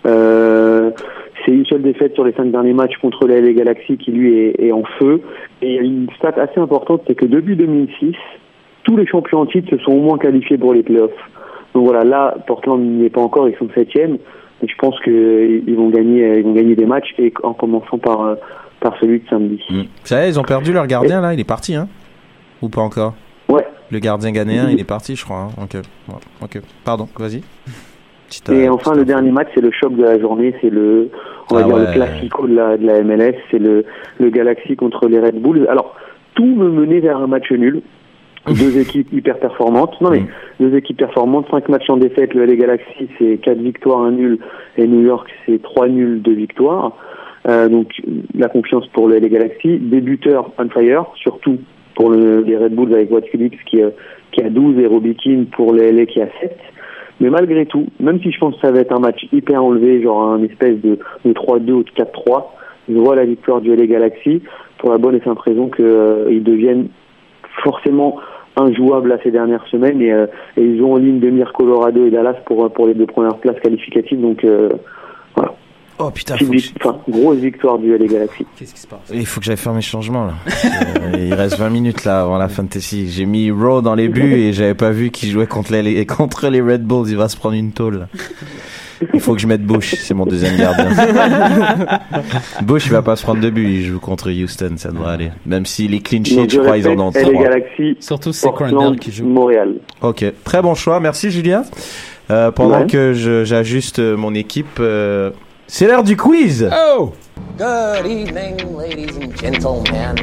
Euh, c'est une seule défaite sur les cinq derniers matchs contre la L A Galaxy qui lui est, est en feu. Et une stat assez importante, c'est que depuis deux mille six, tous les champions en titre se sont au moins qualifiés pour les playoffs. Donc voilà, là, Portland n'y est pas encore, ils sont septième. Et je pense qu'ils vont gagner, ils vont gagner des matchs, et en commençant par, par celui de samedi. Mmh. Ça y est, ils ont perdu leur gardien, là, il est parti, hein? Ou pas encore? Ouais. Le gardien ghanéen, mmh. il est parti, je crois. Hein? Ok. Ouais. Ok. Pardon, vas-y. Petite, et euh, enfin, le dernier match, c'est le choc de la journée, c'est le, on va ah dire, ouais. le classico de la, de la M L S, c'est le, le Galaxy contre les Red Bulls. Alors, tout me menait vers un match nul. Deux équipes hyper performantes. Non mais mmh. deux équipes performantes, cinq matchs en défaite. Le L A Galaxy c'est quatre victoires, un nul, et New York c'est trois nuls, deux victoires. Euh, donc la confiance pour le L A Galaxy. Des buteurs on fire, surtout pour le, les Red Bulls avec Watt Phillips qui, euh, qui a douze et Robbie Keane pour le L A qui a sept. Mais malgré tout, même si je pense que ça va être un match hyper enlevé, genre un espèce de, de trois deux ou de quatre trois, je vois la victoire du L A Galaxy pour la bonne et simple raison qu'ils euh, deviennent forcément injouables à ces dernières semaines et, euh, et ils ont en ligne de mire Colorado et Dallas pour pour les deux premières places qualificatives, donc euh, voilà. Oh putain, faut je... enfin, grosse victoire du L A Galaxy. Qu'est-ce qui se passe? Il faut que j'aille faire mes changements là. euh, il reste vingt minutes là avant la fantasy. J'ai mis Rowe dans les buts et j'avais pas vu qu'il jouait contre les, contre les Red Bulls. Il va se prendre une tôle là. Il faut que je mette Bush, c'est mon deuxième gardien. Bush, il va pas se prendre de but, il joue contre Houston, ça devrait aller. Même si les clean sheets, je crois, ils en ont trois. L A Galaxy, surtout c'est Cranberry qui joue. Montréal. Ok, très bon choix, merci Julien. Euh, pendant ouais. que je, j'ajuste mon équipe, euh, c'est l'heure du quiz. Oh! Good evening, ladies and gentlemen.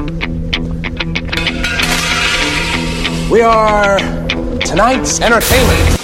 We are tonight's entertainment.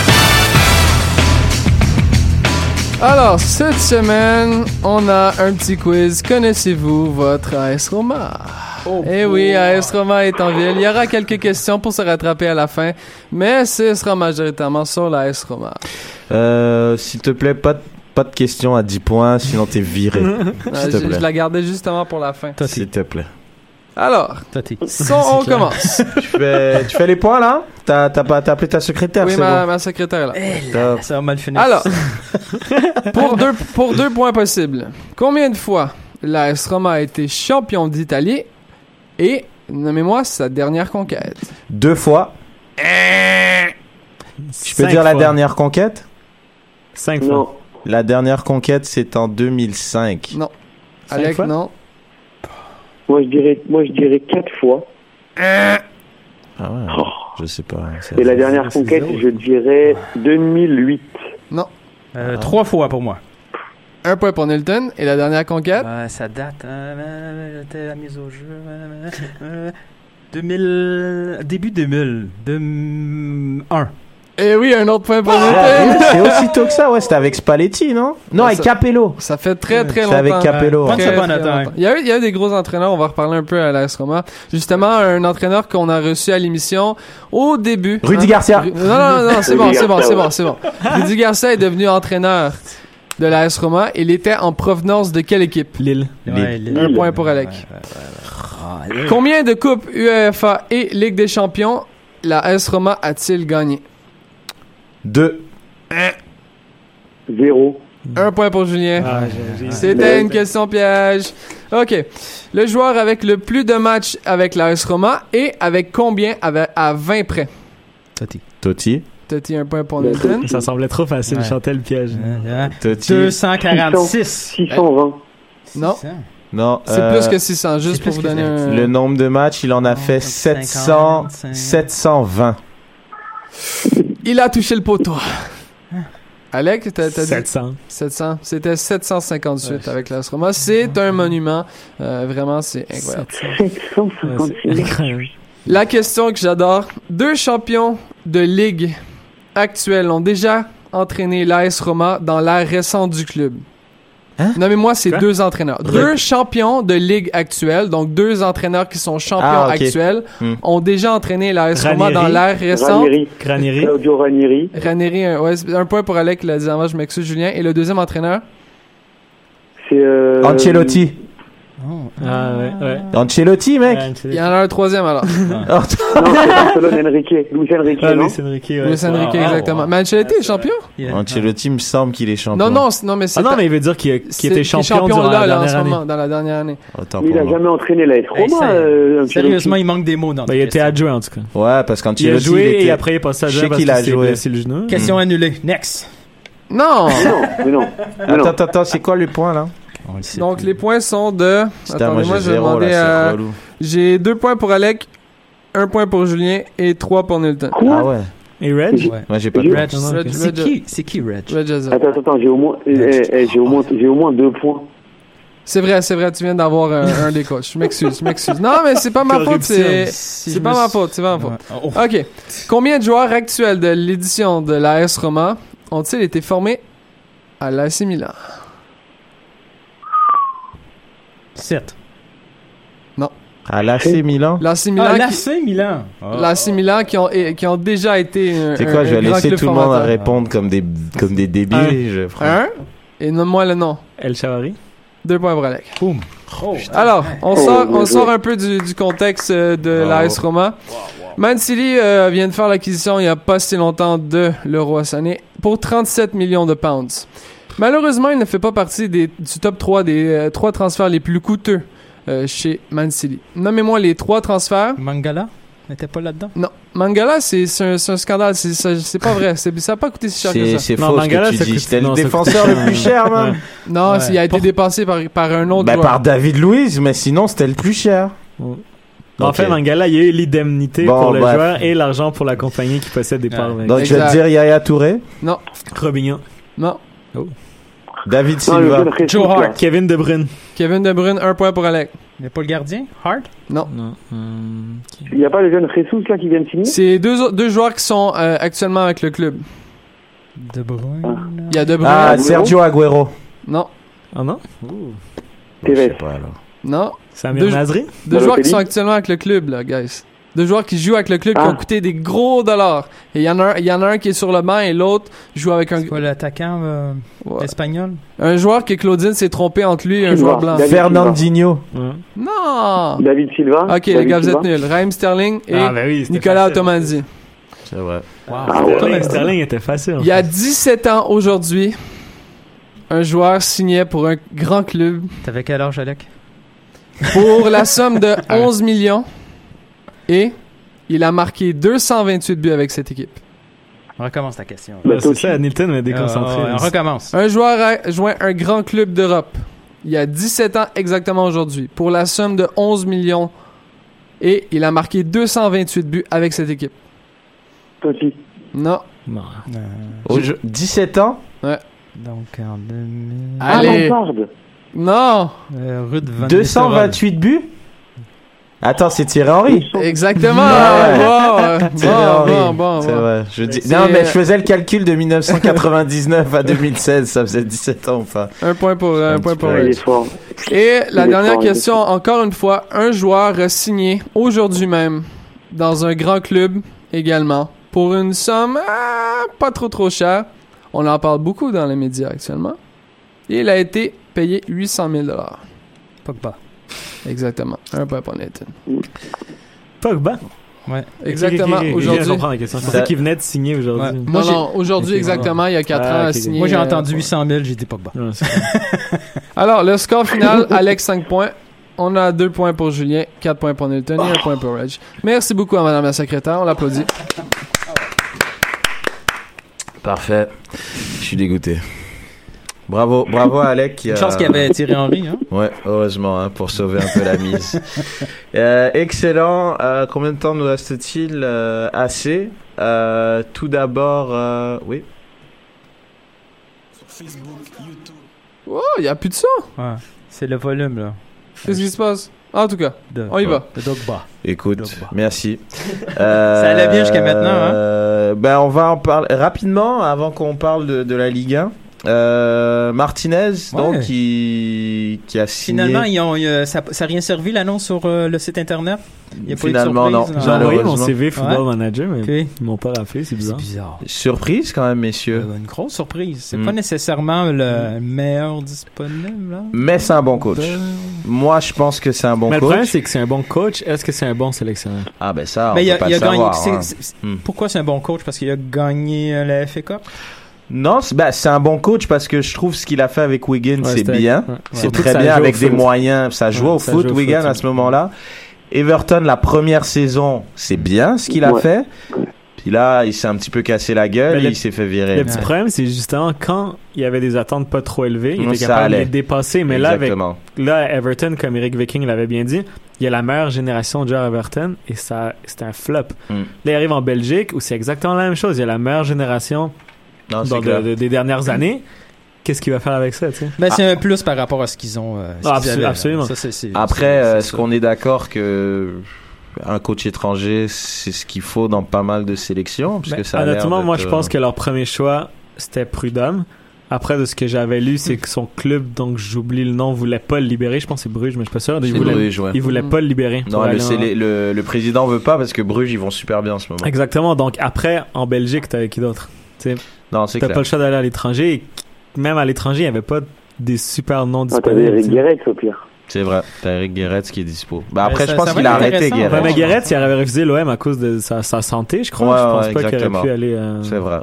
Alors, cette semaine, on a un petit quiz. Connaissez-vous votre A S Roma? Oh, eh oui, A S Roma est en ville. Il y aura quelques questions pour se rattraper à la fin, mais ce sera majoritairement sur l'A S Roma. Euh, s'il te plaît, pas de, pas de questions à dix points, sinon t'es viré. S'il te plaît. Je, je la gardais justement pour la fin. S'il te plaît. Alors, so, on commence. tu, fais, tu fais les points là? T'as, t'as, pas, t'as appelé ta secrétaire? Oui, c'est ma, bon. ma secrétaire là. Eh là ça va mal finir. Alors, pour, deux, pour deux points possibles, combien de fois l'A S Roma a été champion d'Italie et, nommez-moi, sa dernière conquête? Deux fois. Je peux dire fois. La dernière conquête? Cinq non. fois. La dernière conquête, c'est en deux mille cinq. Non. Cinq Alec, fois? non. Moi, je dirais, moi, je dirais quatre fois. Ah ouais, oh. Je sais pas. Et la dernière conquête, je dirais deux mille huit. Non. Euh, ah. Trois fois pour moi. Un point pour Nilton. Et la dernière conquête? Euh, ça date. Euh, la mise au jeu. Euh, deux mille. Début deux mille. deux mille un. Eh oui, un autre point pour Nilton. Ah, c'est aussi tôt que ça, ouais. C'était avec Spalletti, non? Non, avec ça, Capello. Ça fait très, très longtemps. C'est avec Capello. Très, très, très longtemps. Il y a eu, il y a eu des gros entraîneurs. On va reparler un peu à l'A S Roma. Justement, un entraîneur qu'on a reçu à l'émission au début. Rudy hein? Garcia. Non, non, non, c'est bon, c'est bon, c'est bon, c'est bon. Rudy Garcia est devenu entraîneur de l'A S Roma. Il était en provenance de quelle équipe? Lille. Ouais, Lille. Un point pour Alec. Ouais, ouais, ouais, ouais. Combien de coupes U E F A et Ligue des Champions la A S Roma a-t-il gagné? Deux. Zéro. Un point pour Julien. Ah, j'ai, j'ai... C'était une question piège. OK. Le joueur avec le plus de matchs avec l'A S Roma et avec combien avec, à vingt près? Totti. Totti. Totti, un point pour Nilton. Ça semblait trop facile, ouais. Chantal le piège. Euh, Totti. deux cent quarante-six. six cent vingt. Non. Non. C'est euh, plus que six cents, juste pour vous donner un... Le nombre de matchs, il en a fait sept cents, sept cent vingt. Il a touché le poteau. Alec, t'as, t'as dit sept cents. sept cents. C'était sept cent cinquante-huit ouais. avec l'A S Roma. C'est un monument. Euh, vraiment, c'est incroyable. sept cent cinquante-six. La question que j'adore. Deux champions de Ligue actuels ont déjà entraîné l'A S Roma dans l'ère récente du club. Hein? Nommez-moi ces Quoi? deux entraîneurs. Re- deux champions de Ligue actuelle, donc deux entraîneurs qui sont champions ah, okay. actuels, hmm. ont déjà entraîné l'A S Roma dans l'ère récente. Ranieri. Ranieri. Claudio Ranieri. Ranieri, un, ouais, un point pour Alec, l'a dit avant, je m'excuse Julien. Et le deuxième entraîneur? C'est... Euh... Ancelotti. Oh. Ah ouais, ouais. Ancelotti, mec. Ouais, Ancelotti. Il y en a un troisième alors. non, c'est Barcelone, Enrique. Luis Enrique, ah, non? Luis Enrique, ouais. Luis Enrique, ah, exactement. Mais Ancelotti est champion? Yeah. Ancelotti, me semble qu'il est champion. Non, non, non, mais c'est... Ah non, mais il veut dire qu'il, qu'il était champion, champion durant là, la là, dernière en année. moment, dans la dernière année. Attends, il a jamais entraîné l'A S Roma. Hey, euh, sérieusement, il manque des mots dans bah, il était adjoint, en tout cas. Ouais, parce qu'Ancelotti... Il a joué il était... et après il est passé adjoint parce qu'il a joué. C'est le genou. Question annulée. Next. Non! Mais non, mais non. Attends, attends, attends, c'est quoi le point, là? Donc, plus. Les points sont de... C'était Attendez-moi, je vais demander à... J'ai deux points pour Alec, un point pour Julien et trois pour Nilton. Quoi? Ah ouais. Et Reg? Ouais, moi j'ai pas de Reg. Reg. Reg. C'est qui? C'est qui Reg? Reg attends, attends, attends, j'ai au moins, eh, eh, j'ai au moins, j'ai au moins deux points. C'est vrai, c'est vrai, tu viens d'avoir un, un des coachs. Je m'excuse, je m'excuse. Non, mais c'est pas ma faute, c'est, c'est pas ma faute, c'est pas ma faute. Ok. Combien de joueurs actuels de l'édition de l'A S Roma ont-ils été formés à l'A C Milan? sept. Non. À l'A C Milan? L'A C Milan. Ah, l'A C Milan. Oh. L'A C Milan qui ont, qui ont déjà été un, c'est quoi, un, je vais laisser tout le monde formateur. répondre comme des, comme des débiles. Un. Je un. Et nomme-moi le nom. El Shaarawy. Deux points pour Alec. Boum. Oh, alors, on sort, on sort un peu du, du contexte de oh. l'A S Roma. Wow, wow. Man City euh, vient de faire l'acquisition il n'y a pas si longtemps de Leroy Sané pour trente-sept millions de pounds. Malheureusement, il ne fait pas partie des, du top trois des euh, trois transferts les plus coûteux euh, chez Man City. Nommez-moi les trois transferts. Mangala n'était pas là-dedans? Non. Mangala, c'est, c'est, un, c'est un scandale. C'est, c'est, c'est pas vrai. C'est, ça n'a pas coûté si cher c'est, que ça. C'est non, faux Mangala, ce que tu dis. Coûte, C'était non, le défenseur le plus cher, man. Ouais. Non, ouais. Il a été Pour... dépassé par, par un autre ben, joueur. Par David Luiz, mais sinon, c'était le plus cher. Ouais. En okay. fait, Mangala, il y a eu l'indemnité bon, pour le bref. joueur et l'argent pour la compagnie qui possède des parts. Ouais. Donc, exact. Je vais te dire Yaya Touré. Non. Robinho. Non. Oh. David Silva. Non, Joe Hart. Kevin De Bruyne. Kevin De Bruyne, un point pour Alec. Il n'y a pas le gardien? Hart? Non. Non. Hum, okay. Il n'y a pas le jeune Jesus là qui vient de signer? C'est deux, deux joueurs qui sont euh, actuellement avec le club. De Bruyne. Ah. Il y a De Bruyne. Ah, Sergio Agüero. Non. Ah non? Je sais pas alors. Non. Samir deux, Nasri? Deux joueurs qui sont actuellement avec le club, là, guys. Deux joueurs qui jouent avec le club ah. qui ont coûté des gros dollars. Et il y, y en a un qui est sur le banc et l'autre joue avec un... C'est quoi l'attaquant euh, ouais. espagnol? Un joueur que Claudine s'est trompé entre lui et un joueur blanc. David Fernandinho. Ouais. Non! David Silva. Ok, David les gars, vous êtes nuls. Raheem Sterling et ah, ben oui, Nicolas Otamendi. C'est vrai. Wow. Ah, ouais. Sterling, Sterling était facile. Il y a dix-sept ans aujourd'hui, un joueur signait pour un grand club. T'avais quel âge, Alec? Pour la somme de onze millions. Et il a marqué deux cent vingt-huit buts avec cette équipe. On recommence la question. Ouais, c'est ça, Nilton m'a déconcentré. Euh, on recommence. Un joueur a joint un grand club d'Europe il y a dix-sept ans exactement aujourd'hui pour la somme de onze millions. Et il a marqué deux cent vingt-huit buts avec cette équipe. Totti. Non. Non. Euh, je... dix-sept ans? Ouais. Donc en deux mille... Allez. Ah, non. Euh, Ruud van deux cent vingt-huit buts? Attends, c'est Thierry Henry. Exactement. Ouais. Bon, Thierry bon, Henry. bon, bon, c'est bon. vrai. Je dis... Non, mais je faisais le calcul de dix-neuf cent quatre-vingt-dix-neuf à deux mille seize. Ça faisait dix-sept ans, enfin. Un point pour, un, un point pour Rich. Et la dernière question, encore une fois, un joueur a signé aujourd'hui même dans un grand club également pour une somme ah, pas trop trop chère. On en parle beaucoup dans les médias actuellement. Et il a été payé huit cent mille dollars. Pogba. Exactement. Un point pour Nathan. Pogba? Ouais. Exactement. Okay, okay, okay. Aujourd'hui. Je comprends la question. C'est ça qu'il venait de signer aujourd'hui. Ouais. Non, non, aujourd'hui, okay, exactement, il y a quatre ah, ans, okay, a signé. Moi, j'ai entendu huit cent mille, j'ai dit Pogba. Ouais, alors, le score final, Alex, cinq points. On a deux points pour Julien, quatre points pour Nilton et un point pour Reg. Merci beaucoup à Madame la secrétaire. On l'applaudit. Parfait. Je suis dégoûté. Bravo, bravo à Alec. Qui a... Une chance qu'il y avait Thierry Henry, hein? Ouais, heureusement, hein, pour sauver un peu la mise. Euh, excellent. Euh, combien de temps nous reste-t-il? euh, Assez. Euh, tout d'abord, euh, oui. Sur Facebook, YouTube. Oh, il n'y a plus de ça. Ouais, c'est le volume, là. Qu'est-ce qui se passe? En tout cas, de, on y va. De Dogba. Écoute, Dogba. Merci. Euh, ça allait bien jusqu'à maintenant, hein? Euh, ben, on va en parler rapidement avant qu'on parle de, de la Ligue un. Euh, Martinez, ouais. donc, qui, qui a signé. Finalement, ils ont, euh, ça n'a rien servi l'annonce sur euh, le site internet? Il y a Finalement, pas eu de non. J'ai envoyé mon C V Football ouais. Manager, mais okay. ils m'ont pas rappelé, c'est bizarre. C'est bizarre. Surprise quand même, messieurs. Euh, une grosse surprise. C'est mm. pas nécessairement le meilleur disponible, là. Mais c'est un bon coach. De... Moi, je pense que c'est un bon mais coach. Mais le problème, c'est que c'est un bon coach. Est-ce que c'est un bon sélectionneur? Ah, ben ça, on mais peut il a, pas il a le savoir. Gagné, hein. c'est, c'est, mm. Pourquoi c'est un bon coach? Parce qu'il a gagné euh, la F A Cup? Non, c'est, bah, c'est un bon coach parce que je trouve ce qu'il a fait avec Wigan, ouais, c'est bien. Ouais. C'est ouais, très bien avec des foot. moyens. Ça joue ouais, au ça foot, joue Wigan, foot, à ce moment-là. Everton, la première saison, c'est bien ce qu'il a ouais. fait. Puis là, il s'est un petit peu cassé la gueule et le, il s'est fait virer. Le petit ouais. problème, c'est justement quand il y avait des attentes pas trop élevées, il non, était capable allait. de les dépasser. Mais Exactement. là, avec là, Everton, comme Eric Viking l'avait bien dit, il y a la meilleure génération de joueurs Everton et ça, c'était un flop. Mm. Là, il arrive en Belgique où c'est exactement la même chose. Il y a la meilleure génération non, dans de, de, des dernières années. Qu'est-ce qu'il va faire avec ça, tu sais? Ben, c'est ah. un plus par rapport à ce qu'ils ont. Euh, ce ah, qu'ils absolument. avaient, absolument. Ça, c'est, c'est, Après, c'est, euh, c'est est-ce qu'on est d'accord que un coach étranger, c'est ce qu'il faut dans pas mal de sélections? Parce ben, que ça a honnêtement, l'air moi, je pense que leur premier choix, c'était Prudhomme. Après, de ce que j'avais lu, c'est que son club, donc j'oublie le nom, voulait pas le libérer. Je pense que c'est Bruges, mais je suis pas sûr. Il voulait, Bruges, ouais. il voulait pas le libérer. Non, le, en... les, le, le président veut pas parce que Bruges, ils vont super bien en ce moment. Exactement. Donc après, en Belgique, t'avais qui d'autre? T'sais, non, c'est t'as clair. pas le choix d'aller à l'étranger. Et même à l'étranger, il y avait pas des super noms disponibles. Ah, t'avais Eric Guéret, au pire. C'est vrai, t'as Eric Guéret qui est dispo. Bah après, ça, je pense ça qu'il a arrêté Guéret. Mais Guéret, il avait refusé l'O M à cause de sa, sa santé, je crois. Ouais, je pense ouais, pas exactement. qu'il aurait pu aller. Euh... C'est vrai.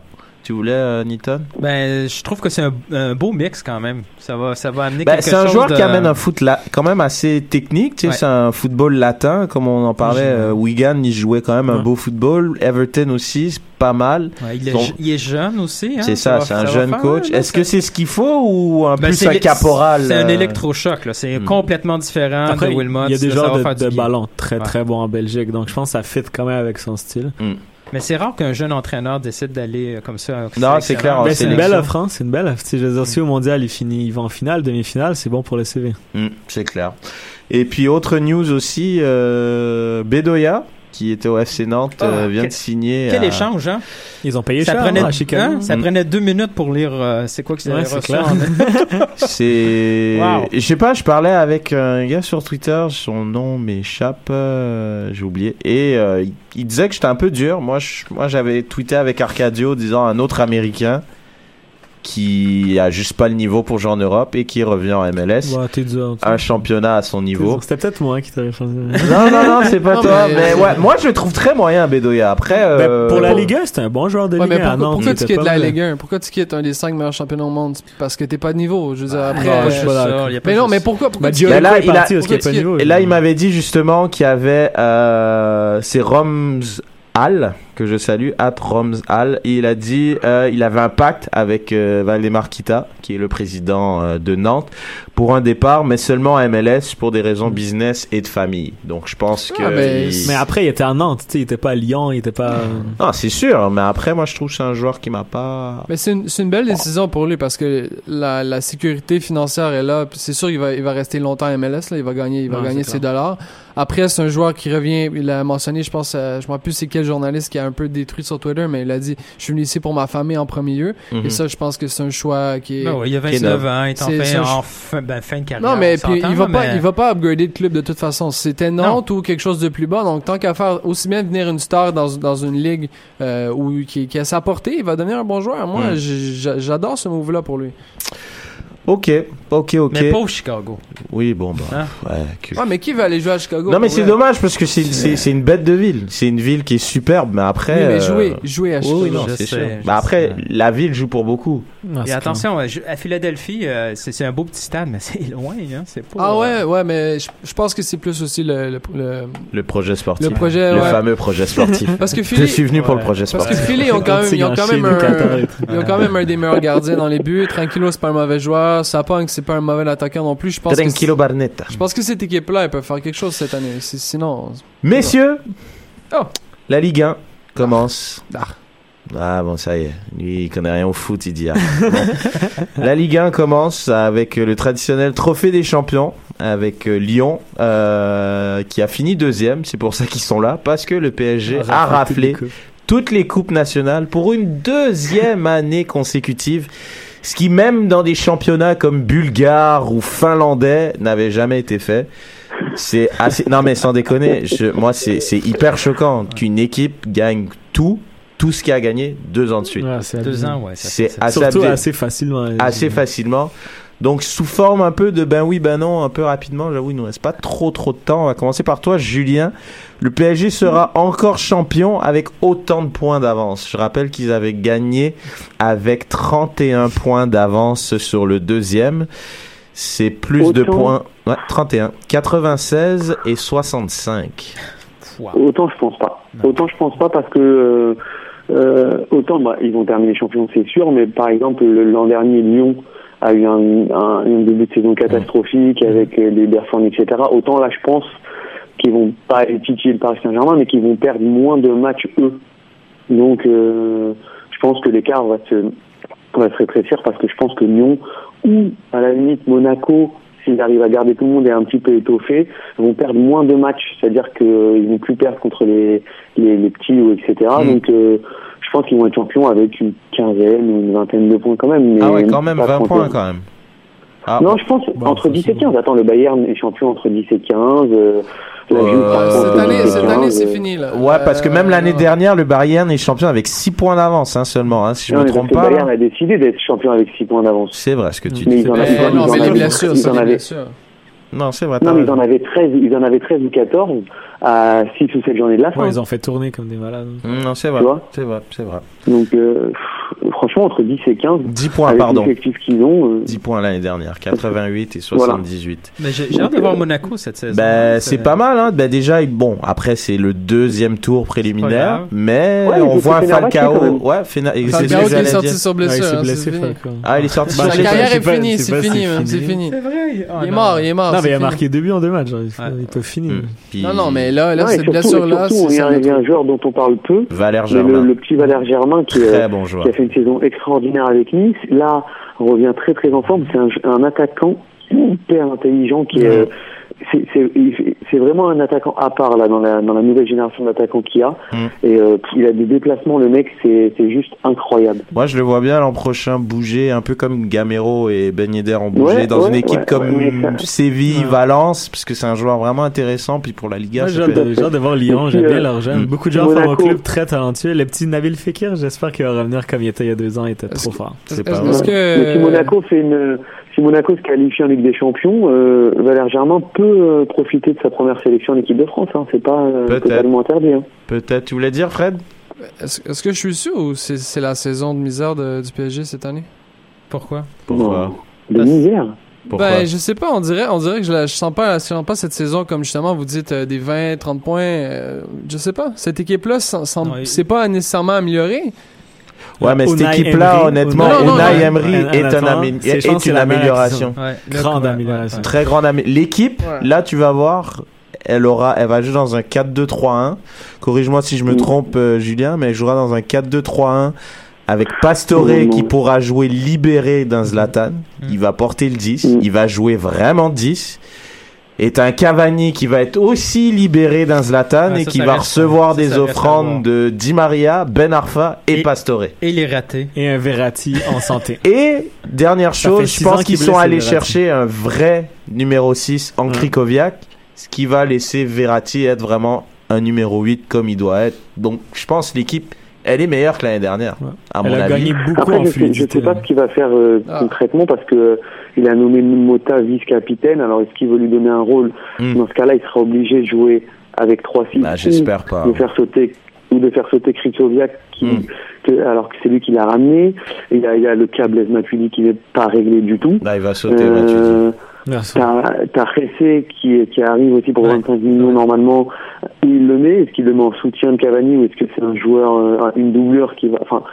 Tu voulais, euh, Newton? Ben, je trouve que c'est un, un beau mix quand même. Ça va, ça va amener ben, quelque chose. C'est un joueur de... qui amène un foot la... quand même assez technique. Tu sais, ouais. C'est un football latin, comme on en parlait. Euh, Wigan, il jouait quand même ouais. un beau football. Everton aussi, c'est pas mal. Ouais, il, est Son... il est jeune aussi. Hein? C'est ça, ça c'est un jeune faire, coach. Là, Est-ce ça... que c'est ce qu'il faut ou un ben, plus un caporal? C'est un électrochoc. Là. C'est hmm. complètement différent Après, de Wilmot. Il y a des joueurs de, de ballon très, ouais. très bons en Belgique. Donc, je pense que ça fit quand même avec son style. Hmm. Mais c'est rare qu'un jeune entraîneur décide d'aller comme ça. Non, c'est clair. Mais c'est une belle offre, hein? C'est une belle offre. Je veux dire, mm. si au mondial, il finit, il va en finale, demi-finale, c'est bon pour le C V. Mm, c'est clair. Et puis, autre news aussi, euh, Bedoya, qui était au F C Nantes, oh, euh, vient quel, de signer. Quel à... échange, hein? Ils ont payé ça cher prenait, hein, à Chicago. Hein? Ça mm. prenait deux minutes pour lire euh, c'est quoi qu'ils ouais, avaient reçu. C'est. Wow. Je sais pas, je parlais avec un gars sur Twitter, son nom m'échappe, euh, j'ai oublié. Et euh, il, il disait que j'étais un peu dur. Moi, je, moi, j'avais tweeté avec Arcadio disant un autre Américain qui a juste pas le niveau pour jouer en Europe et qui revient en M L S. Ouais, t'es dur, t'es un championnat à son niveau. C'était peut-être moi qui t'avais choisi. non, non, non, c'est pas non, toi. Mais, mais ouais, moi, je le trouve très moyen, Bedoya. Après, euh, ben, pour la Ligue un, c'est un bon joueur de ouais, Ligue un. Mais pourquoi, non, pourquoi tu quittes la mal. Ligue un? Pourquoi tu quittes un des cinq meilleurs championnats au monde? Parce que t'es pas de niveau. Je veux dire, après. Non, euh, je suis pas d'accord. Mais non, mais pourquoi? pourquoi bah, tu là, là, il a, et là, il m'avait dit justement qu'il y avait, euh, c'est Roms Hall, que je salue, at Roms Hall, et il a dit euh, il avait un pacte avec euh, Valdemar Kita, qui est le président euh, de Nantes, pour un départ, mais seulement à M L S pour des raisons business et de famille. Donc je pense que... Ah, mais, il... mais après, il était à Nantes, tu sais, il était pas à Lyon, il était pas... Non, c'est sûr, mais après, moi, je trouve que c'est un joueur qui m'a pas... Mais c'est une, c'est une belle décision pour lui, parce que la, la sécurité financière est là, c'est sûr qu'il va, il va rester longtemps à M L S, là, il va gagner, il va non, gagner ses dollars. Après, c'est un joueur qui revient, il a mentionné, je pense, euh, je me rappelle plus c'est quel journaliste qui a un peu détruit sur Twitter, mais il a dit, je suis venu ici pour ma famille en premier lieu. Mm-hmm. Et ça, je pense que c'est un choix qui est... Ben oui, il a vingt-neuf ans, il est en, fin, en fin, ben, fin de carrière. Non, mais puis, il va mais... pas, il va pas upgrader de club de toute façon. C'était Nantes ou quelque chose de plus bas. Donc, tant qu'à faire, aussi bien devenir une star dans, dans une ligue, euh, où, qui, qui a sa portée, il va devenir un bon joueur. Moi, mm. j'adore ce move-là pour lui. Ok, ok, ok. Mais pas au Chicago. Oui, bon, bah. Hein? Ouais, que... ouais, mais qui va aller jouer à Chicago? Non, mais c'est vrai? Dommage parce que c'est, c'est, c'est une bête de ville. C'est une ville qui est superbe, mais après. Oui, mais jouer, euh... jouer à Chicago. Oui, non, je c'est sais, sûr. Bah après, sais. La ville joue pour beaucoup. Non, et attention, clair. à Philadelphie, euh, c'est, c'est un beau petit stade, mais c'est loin, hein. C'est pas. Ah ouais, ouais, mais je, je pense que c'est plus aussi le. Le, le, le projet sportif. Le projet, Le ouais. fameux projet sportif. Parce que Philly. Je suis venu ouais. pour le projet sportif. Parce que Philly, ils ont quand même, ils ont quand même un, ils ont quand même un des meilleurs gardiens dans les buts. Tranquillo, c'est pas un mauvais joueur. Sapong, c'est pas un mauvais attaquant non plus. Je pense Tranquillo que Barnetta. Je pense que cette équipe-là, elle peut faire quelque chose cette année. C'est, sinon. Messieurs, oh. la Ligue un commence. Ah. Ah bon, ça y est. Lui, il connaît rien au foot, il dit. Ah. Bon. La Ligue un commence avec le traditionnel trophée des champions, avec Lyon, euh, qui a fini deuxième. C'est pour ça qu'ils sont là, parce que le P S G ah, a raflé toutes les coupes nationales pour une deuxième année consécutive. Ce qui, même dans des championnats comme bulgare ou finlandais, n'avait jamais été fait. C'est assez, non mais sans déconner, je, moi c'est, c'est hyper choquant qu'une équipe gagne tout, tout ce qu'il a gagné deux ans de suite. Ouais, c'est deux ans, ouais. Ça c'est fait, assez surtout abusé. assez facilement. Assez facilement. Donc sous forme un peu de ben oui, ben non, un peu rapidement, j'avoue, il nous reste pas trop trop de temps. On va commencer par toi, Julien. Le P S G sera encore champion avec autant de points d'avance. Je rappelle qu'ils avaient gagné avec trente et un points d'avance sur le deuxième. C'est plus autant... de points. Ouais, trente et un. quatre-vingt-seize et soixante-cinq. Wow. Autant je pense pas. Non. Autant je pense pas parce que euh, euh, autant bah, ils vont terminer champions, c'est sûr, mais par exemple l'an dernier Lyon a eu un, un, un début de saison catastrophique avec les Berfan, et cetera. Autant là, je pense qu'ils vont pas titiller le Paris Saint-Germain, mais qu'ils vont perdre moins de matchs eux. Donc, euh, je pense que l'écart va se, va se rétrécir parce que je pense que Lyon ou à la limite Monaco, s'ils arrivent à garder tout le monde et un petit peu étoffé, vont perdre moins de matchs. C'est-à-dire qu'ils euh, vont plus perdre contre les les, les petits ou et cetera. Mm. Donc euh, je pense qu'ils vont être champions avec une quinzaine ou une vingtaine de points quand même. Mais ah ouais, quand même, vingt points quand même. Ah, non, bon. je pense bon, entre dix et quinze. Attends, le Bayern est champion entre dix et quinze. Euh, la Juve, euh, cette année, cette quinze, année, c'est fini là. Ouais, parce que même euh, l'année non. dernière, le Bayern est champion avec six points d'avance hein, seulement, hein, si je non, me trompe pas. Le Bayern a décidé d'être champion avec six points d'avance. C'est vrai ce que tu mais dis. Ils en mais, avaient, non, ils mais en les avaient, blessures, ils c'est en les avaient, blessures. Non, c'est vrai. Non, mais ils en avaient treize, ils en avaient treize ou quatorze à six ou sept journées de la fin. Ouais, ils ont fait tourner comme des malades. Mmh, non, c'est vrai. Tu vois c'est vrai, c'est vrai. Donc, euh, franchement, entre dix et quinze. dix points, avec pardon. L'effectif qu'ils ont. Euh... dix points l'année dernière, quatre-vingt-huit et soixante-dix-huit. Voilà. Mais j'ai, j'ai hâte de voir Monaco cette saison. Ben, c'est, c'est pas mal, hein. Ben, déjà, bon, après, c'est le deuxième tour préliminaire, mais ouais, on voit un Falcao. Ouais, Fena... Falcao qui est sorti sur blessure. Ouais, il hein, blessé, c'est fini. Ah, il est sorti bah, sur blessure. Sa carrière est pas, finie, c'est, c'est, fini, c'est, même, fini. c'est fini. C'est vrai. Oh, il est non. mort, il est mort. Non, mais il a fini. marqué deux buts en deux matchs. Il faut, ouais. il peut finir. Mmh. Puis... Non, non, mais là, là non, cette surtout, blessure-là, surtout, c'est il y, a, il y a un joueur dont on parle peu. Valère Germain. Le, le petit Valère Germain qui, euh, bon qui a fait une saison extraordinaire avec Nice. Là, on revient très très en forme. C'est un, un attaquant hyper intelligent qui est... Mmh. C'est, c'est, c'est vraiment un attaquant à part là dans la dans la nouvelle génération d'attaquants qu'il y a. Mmh. Et euh, il a des déplacements, le mec, c'est c'est juste incroyable. Moi, je le vois bien l'an prochain bouger un peu comme Gamero et Ben Yedder ont bougé ouais, dans ouais, une équipe ouais, comme ouais, ça... Séville, ouais. Valence, parce que c'est un joueur vraiment intéressant. Puis pour la Liga, moi, j'ai hâte de, de voir Lyon. J'aime bien leur jeune. Mmh. Beaucoup de gens font au club très talentueux. Le petit Nabil Fekir, j'espère qu'il va revenir comme il était il y a deux ans. Il était est-ce trop que, fort. C'est pas vrai. Que... Mais si Monaco fait une Si Monaco se qualifie en Ligue des Champions, euh, Valère Germain peut euh, profiter de sa première sélection en équipe de France. Hein. C'est pas euh, totalement interdit. Hein. Peut-être. Tu voulais dire, Fred? Est-ce, est-ce que je suis sûr ou c'est, c'est la saison de misère de, du P S G cette année? Pourquoi? Pourquoi? De misère? Pourquoi? Ben, je sais pas, on dirait, on dirait que je, la, je sens pas, je sens pas cette saison comme justement vous dites euh, des vingt, trente points. Euh, je sais pas. Cette équipe-là, semble, ouais. c'est pas nécessairement amélioré. Ouais, mais cette Unai équipe-là, Emery, honnêtement, non, non, Unai non, Emery non, est, un attends, amé- c'est, est une amélioration. Ouais, grande ouais, amélioration. ouais. Très grande amélioration. L'équipe, ouais. Là, tu vas voir, elle aura, elle va jouer dans un quatre deux trois un. Corrige-moi si je me trompe, euh, Julien, mais elle jouera dans un quatre deux trois un avec Pastore mmh. qui pourra jouer libéré d'un Zlatan. Mmh. Il va porter le dix. Mmh. Il va jouer vraiment dix. Et t'as un Cavani qui va être aussi libéré d'un Zlatan ouais, et ça, qui ça va reste, recevoir ça, des ça offrandes de Di Maria, Ben Arfa et, et Pastore. Et les ratés. Et un Verratti en santé. Et dernière chose, je pense qu'ils sont allés chercher un vrai numéro six en Krikoviak, ouais. ce qui va laisser Verratti être vraiment un numéro huit comme il doit être. Donc je pense que l'équipe, elle est meilleure que l'année dernière, ouais. à elle mon a avis. Gagné beaucoup Après, en je sais, je sais pas ce qu'il va faire euh, ah. concrètement parce que il a nommé Mota vice-capitaine. Alors, est-ce qu'il veut lui donner un rôle? mm. Dans ce cas-là, il sera obligé de jouer avec trois six. Bah, j'espère pas. De faire sauter, ou de faire sauter Krikoviak, qui, mm. que, alors que c'est lui qui l'a ramené. Et il y a, il y a le cas Blaise Matuidi qui n'est pas réglé du tout. Là, il va sauter euh, Matuidi. Merci. T'as, t'as Ressé qui, qui arrive aussi pour ouais. vingt-cinq millions normalement. Il le met. Est-ce qu'il le met en soutien de Cavani ou est-ce que c'est un joueur, une doublure qui va, enfin,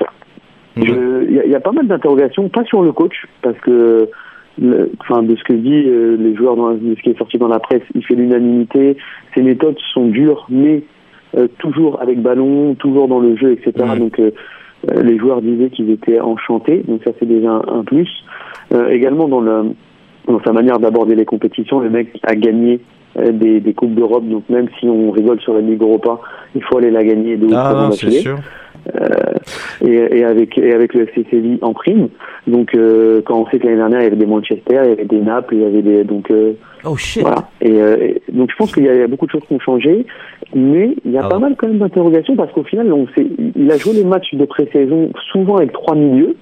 il mmh. y, y a pas mal d'interrogations, pas sur le coach, parce que, le, enfin, de ce que dit euh, les joueurs, dans, de ce qui est sorti dans la presse, il fait l'unanimité. Ses méthodes sont dures, mais euh, toujours avec ballon, toujours dans le jeu, et cetera. Mmh. Donc, euh, les joueurs disaient qu'ils étaient enchantés, donc ça c'est déjà un, un plus. Euh, également dans le dans sa manière d'aborder les compétitions, le mec a gagné euh, des, des coupes d'Europe, donc même si on rigole sur la Ligue Europa, il faut aller la gagner deux ou trois ans d'affilée. Euh, et, et avec et avec le F C Séville en prime. Donc euh, quand on sait que l'année dernière il y avait des Manchester, il y avait des Naples, il y avait des donc euh, oh shit. Voilà. Et, euh, et donc je pense qu'il y a, il y a beaucoup de choses qui ont changé, mais il y a ah pas ouais. mal quand même d'interrogations parce qu'au final on sait, il a joué les matchs de pré-saison souvent avec trois milieux.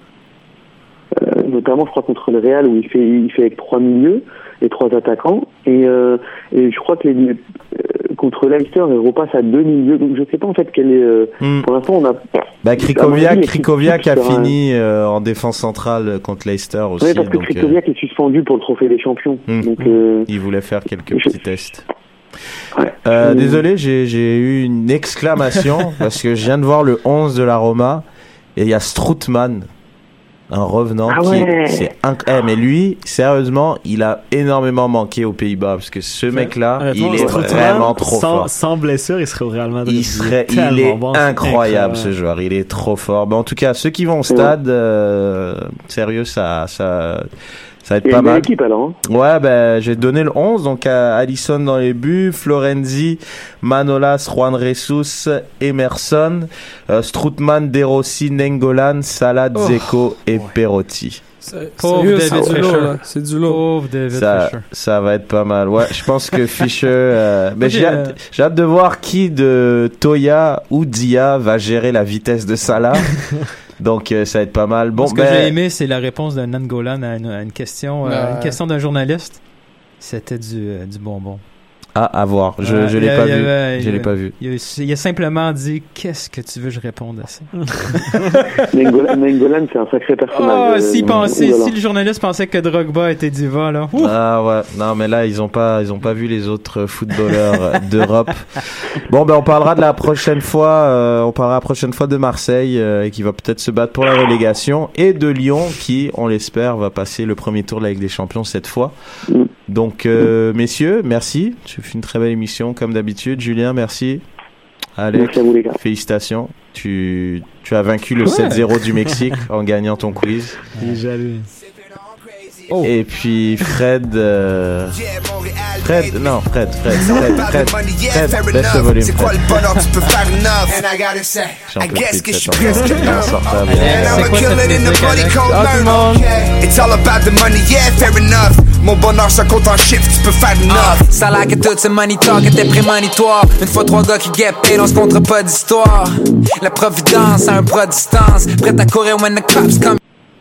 Euh, notamment je crois contre le Real où il fait il fait avec trois milieux et trois attaquants et euh, et je crois que les, euh, contre Leicester il repasse à deux milieux donc je sais pas en fait quel est euh, mm. pour l'instant on a bah Krikoviak Krikoviak a fini un... euh, en défense centrale contre Leicester aussi. Oui parce que donc, Krikoviak euh... est suspendu pour le trophée des champions mm. donc euh... il voulait faire quelques je... petits tests. Ouais. Euh, euh... Désolé j'ai j'ai eu une exclamation parce que je viens de voir le onze de la Roma et il y a Strootman. Un revenant ah qui ouais. c'est inc... eh, mais lui sérieusement il a énormément manqué aux Pays-Bas parce que ce mec là ouais, il est vraiment trop sans, fort sans blessure il serait au Real Madrid il serait il est, il est bon, incroyable, incroyable ce joueur il est trop fort mais en tout cas ceux qui vont au stade euh, sérieux ça ça ça va être et pas mal. Équipe, alors, hein. Ouais, ben, j'ai donné le onze, donc à Alisson dans les buts, Florenzi, Manolas, Juan Jesus, Emerson, euh, Strootman, De Rossi, Nengolan, Salah, oh, Dzeko et ouais. Perotti. C'est, pauvre David c'est du lourd, là. C'est du lourd. Pauvre David ça, Fischer. Ça va être pas mal. Ouais, je pense que Fischer, euh, mais j'ai hâte, j'ai hâte de voir qui de Toya ou Dia va gérer la vitesse de Salah. Donc euh, ça va être pas mal. Bon, ce ben... que j'ai aimé, c'est la réponse d'un Nangolan à une, à une question, euh, une question d'un journaliste. C'était du, euh, du bonbon. Ah, à voir. Je, Ouais, je l'ai il a- pas il vu. avait- Je l'ai pas vu. Il a, il a simplement dit qu'est-ce que tu veux que je réponde à ça. Nainggolan, Nainggolan, c'est un sacré personnage. Oh, euh, si, pensait, oulala. si le journaliste pensait que Drogba était diva, là. Ouf. Ah ouais, non mais là ils ont pas ils ont pas vu les autres footballeurs euh, d'Europe. Bon ben on parlera de la prochaine fois, euh, on parlera la prochaine fois de Marseille euh, qui va peut-être se battre pour la relégation et de Lyon qui, on l'espère, va passer le premier tour de la Ligue des Champions cette fois. Donc euh, messieurs, merci. Tu fais une très belle émission comme d'habitude. Julien, merci. Alex, Merci à vous, les gars. félicitations. Tu tu as vaincu le Ouais. sept zéro du Mexique en gagnant ton quiz. Il est jaloux. Et puis Fred, euh... Fred, non Fred, Fred, Fred, Fred, Fred, baisse le volume. C'est quoi Fred. le bonheur tu peux faire enough? And I gotta say, J'en I peux guess plus que de je suis cette presque ambiance numb. insupportable. And I'ma quoi kill cette it in the musique, bloody Alex? cold Ah, tout le monde. murder. It's all about the money, yeah, fair enough. Mon bonheur se compte en chiffres, tu peux faire enough. Ça a l'air que tout ce money talk était prémonitoire. Une fois trois gars qui guepaient, on se comptera pas d'histoire. La providence a un bras de distance, prête à courir when the cops come.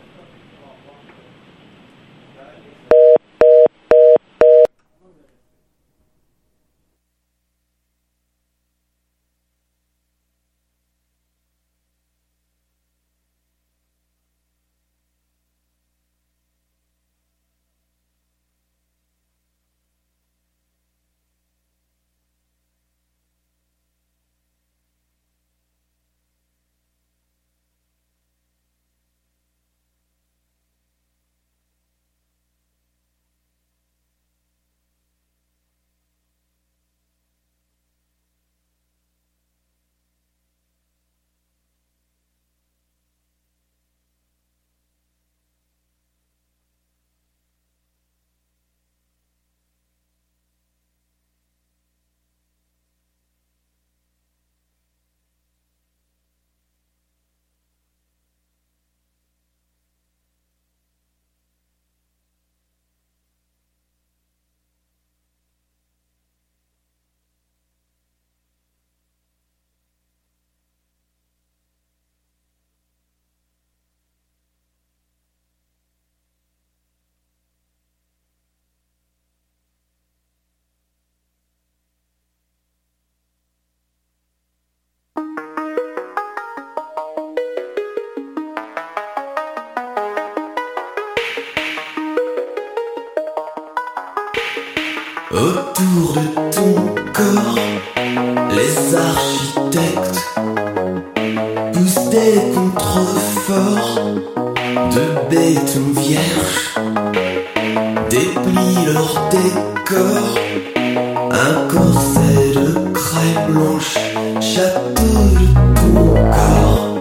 Autour de ton corps, les architectes poussent des contreforts de béton vierge, déplient leur décor, un corset de craie blanche, château de ton corps.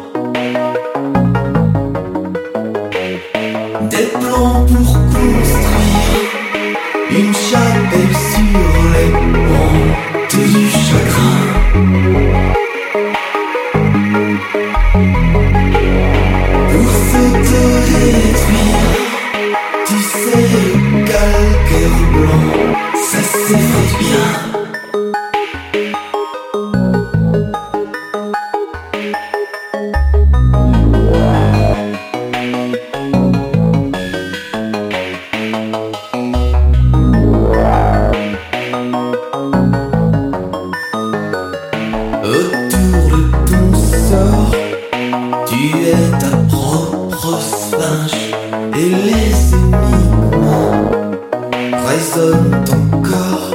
Des plans pour construire une chapelle sur les pentes du chagrin. Pour s'auto-détruire, tu sais, le calcaire blanc, ça s'effrite bien. Autour de ton sort, tu es ta propre sphinx et les énigmes résonnent encore.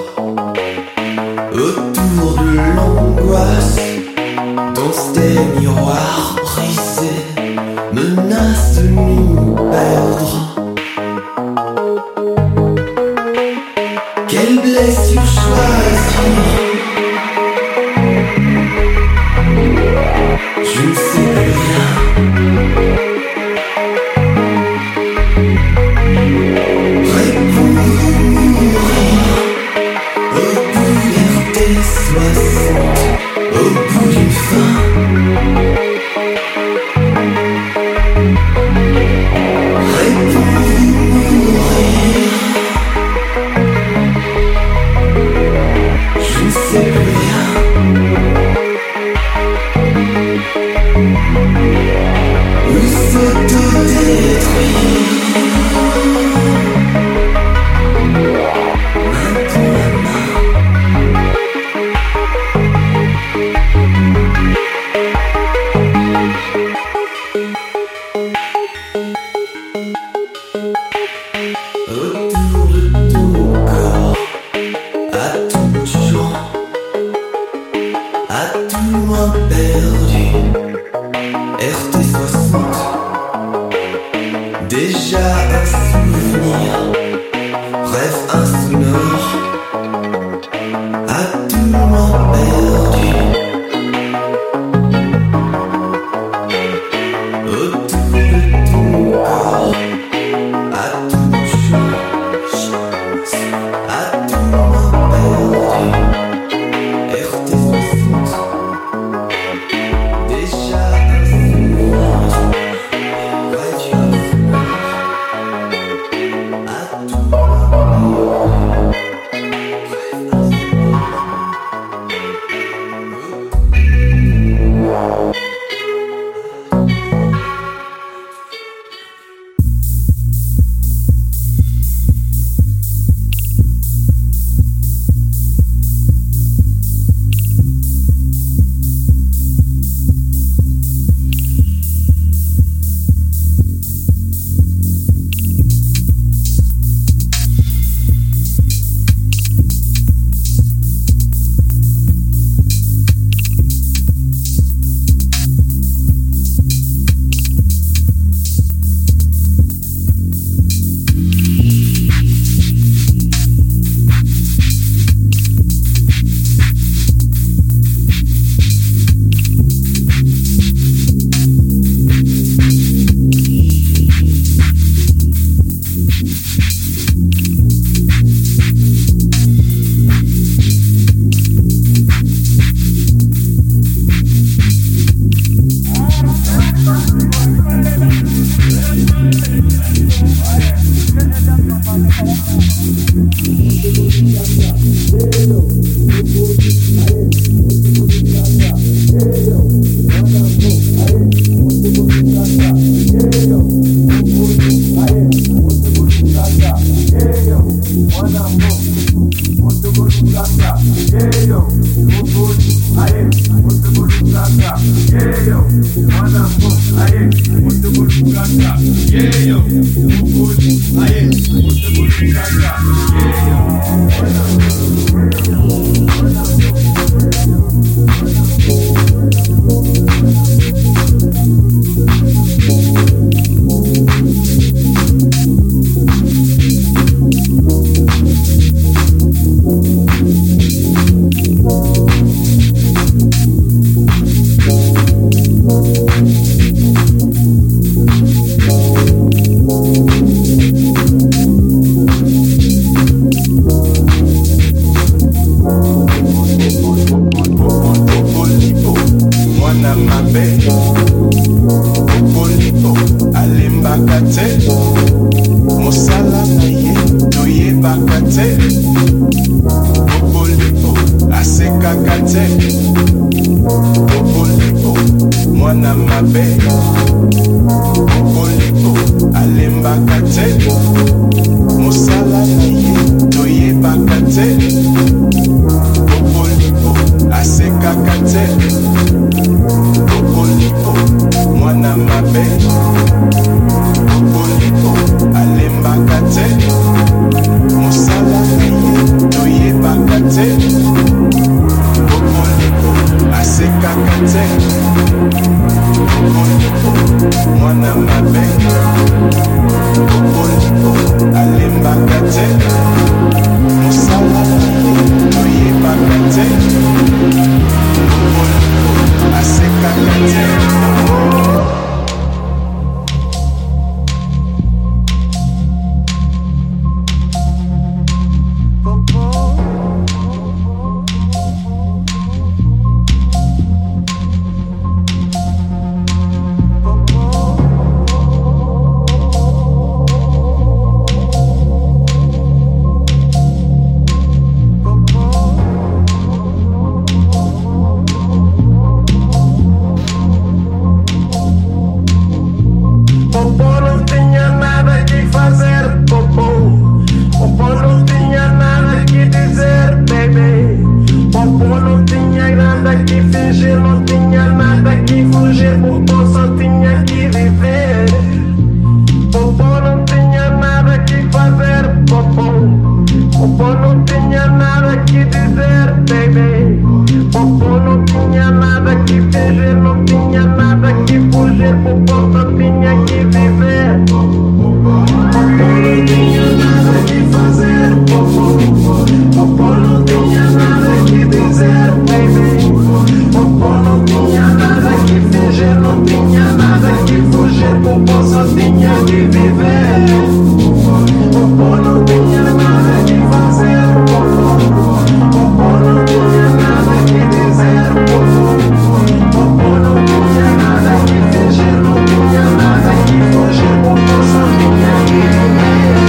Autour de l'angoisse, dansent des miroirs brisés, menacent de nous perdre. Quelle blessure choisir? Je ne sais plus rien. Réponds ou mourir au bout des soixante, au bout d'une fin. R T soixante. Déjà un souvenir, rêve insonore, à tout moment perdu. Autour de ton corps, à tout chose, à tout moment perdu. R T soixante. Déjà un souvenir, rêve insonore, à tout moment perdu. por conta tinha que viver. Popô não tinha nada que fazer. Popô não tinha nada que dizer, baby. Popô não tinha nada que fingir, não tinha nada que fugir. Popô só tinha que viver. Popô não tinha nada que fazer. Popô não tinha nada que dizer. Popô não tinha nada que fingir, não tinha nada que fugir. Popô só tinha que viver.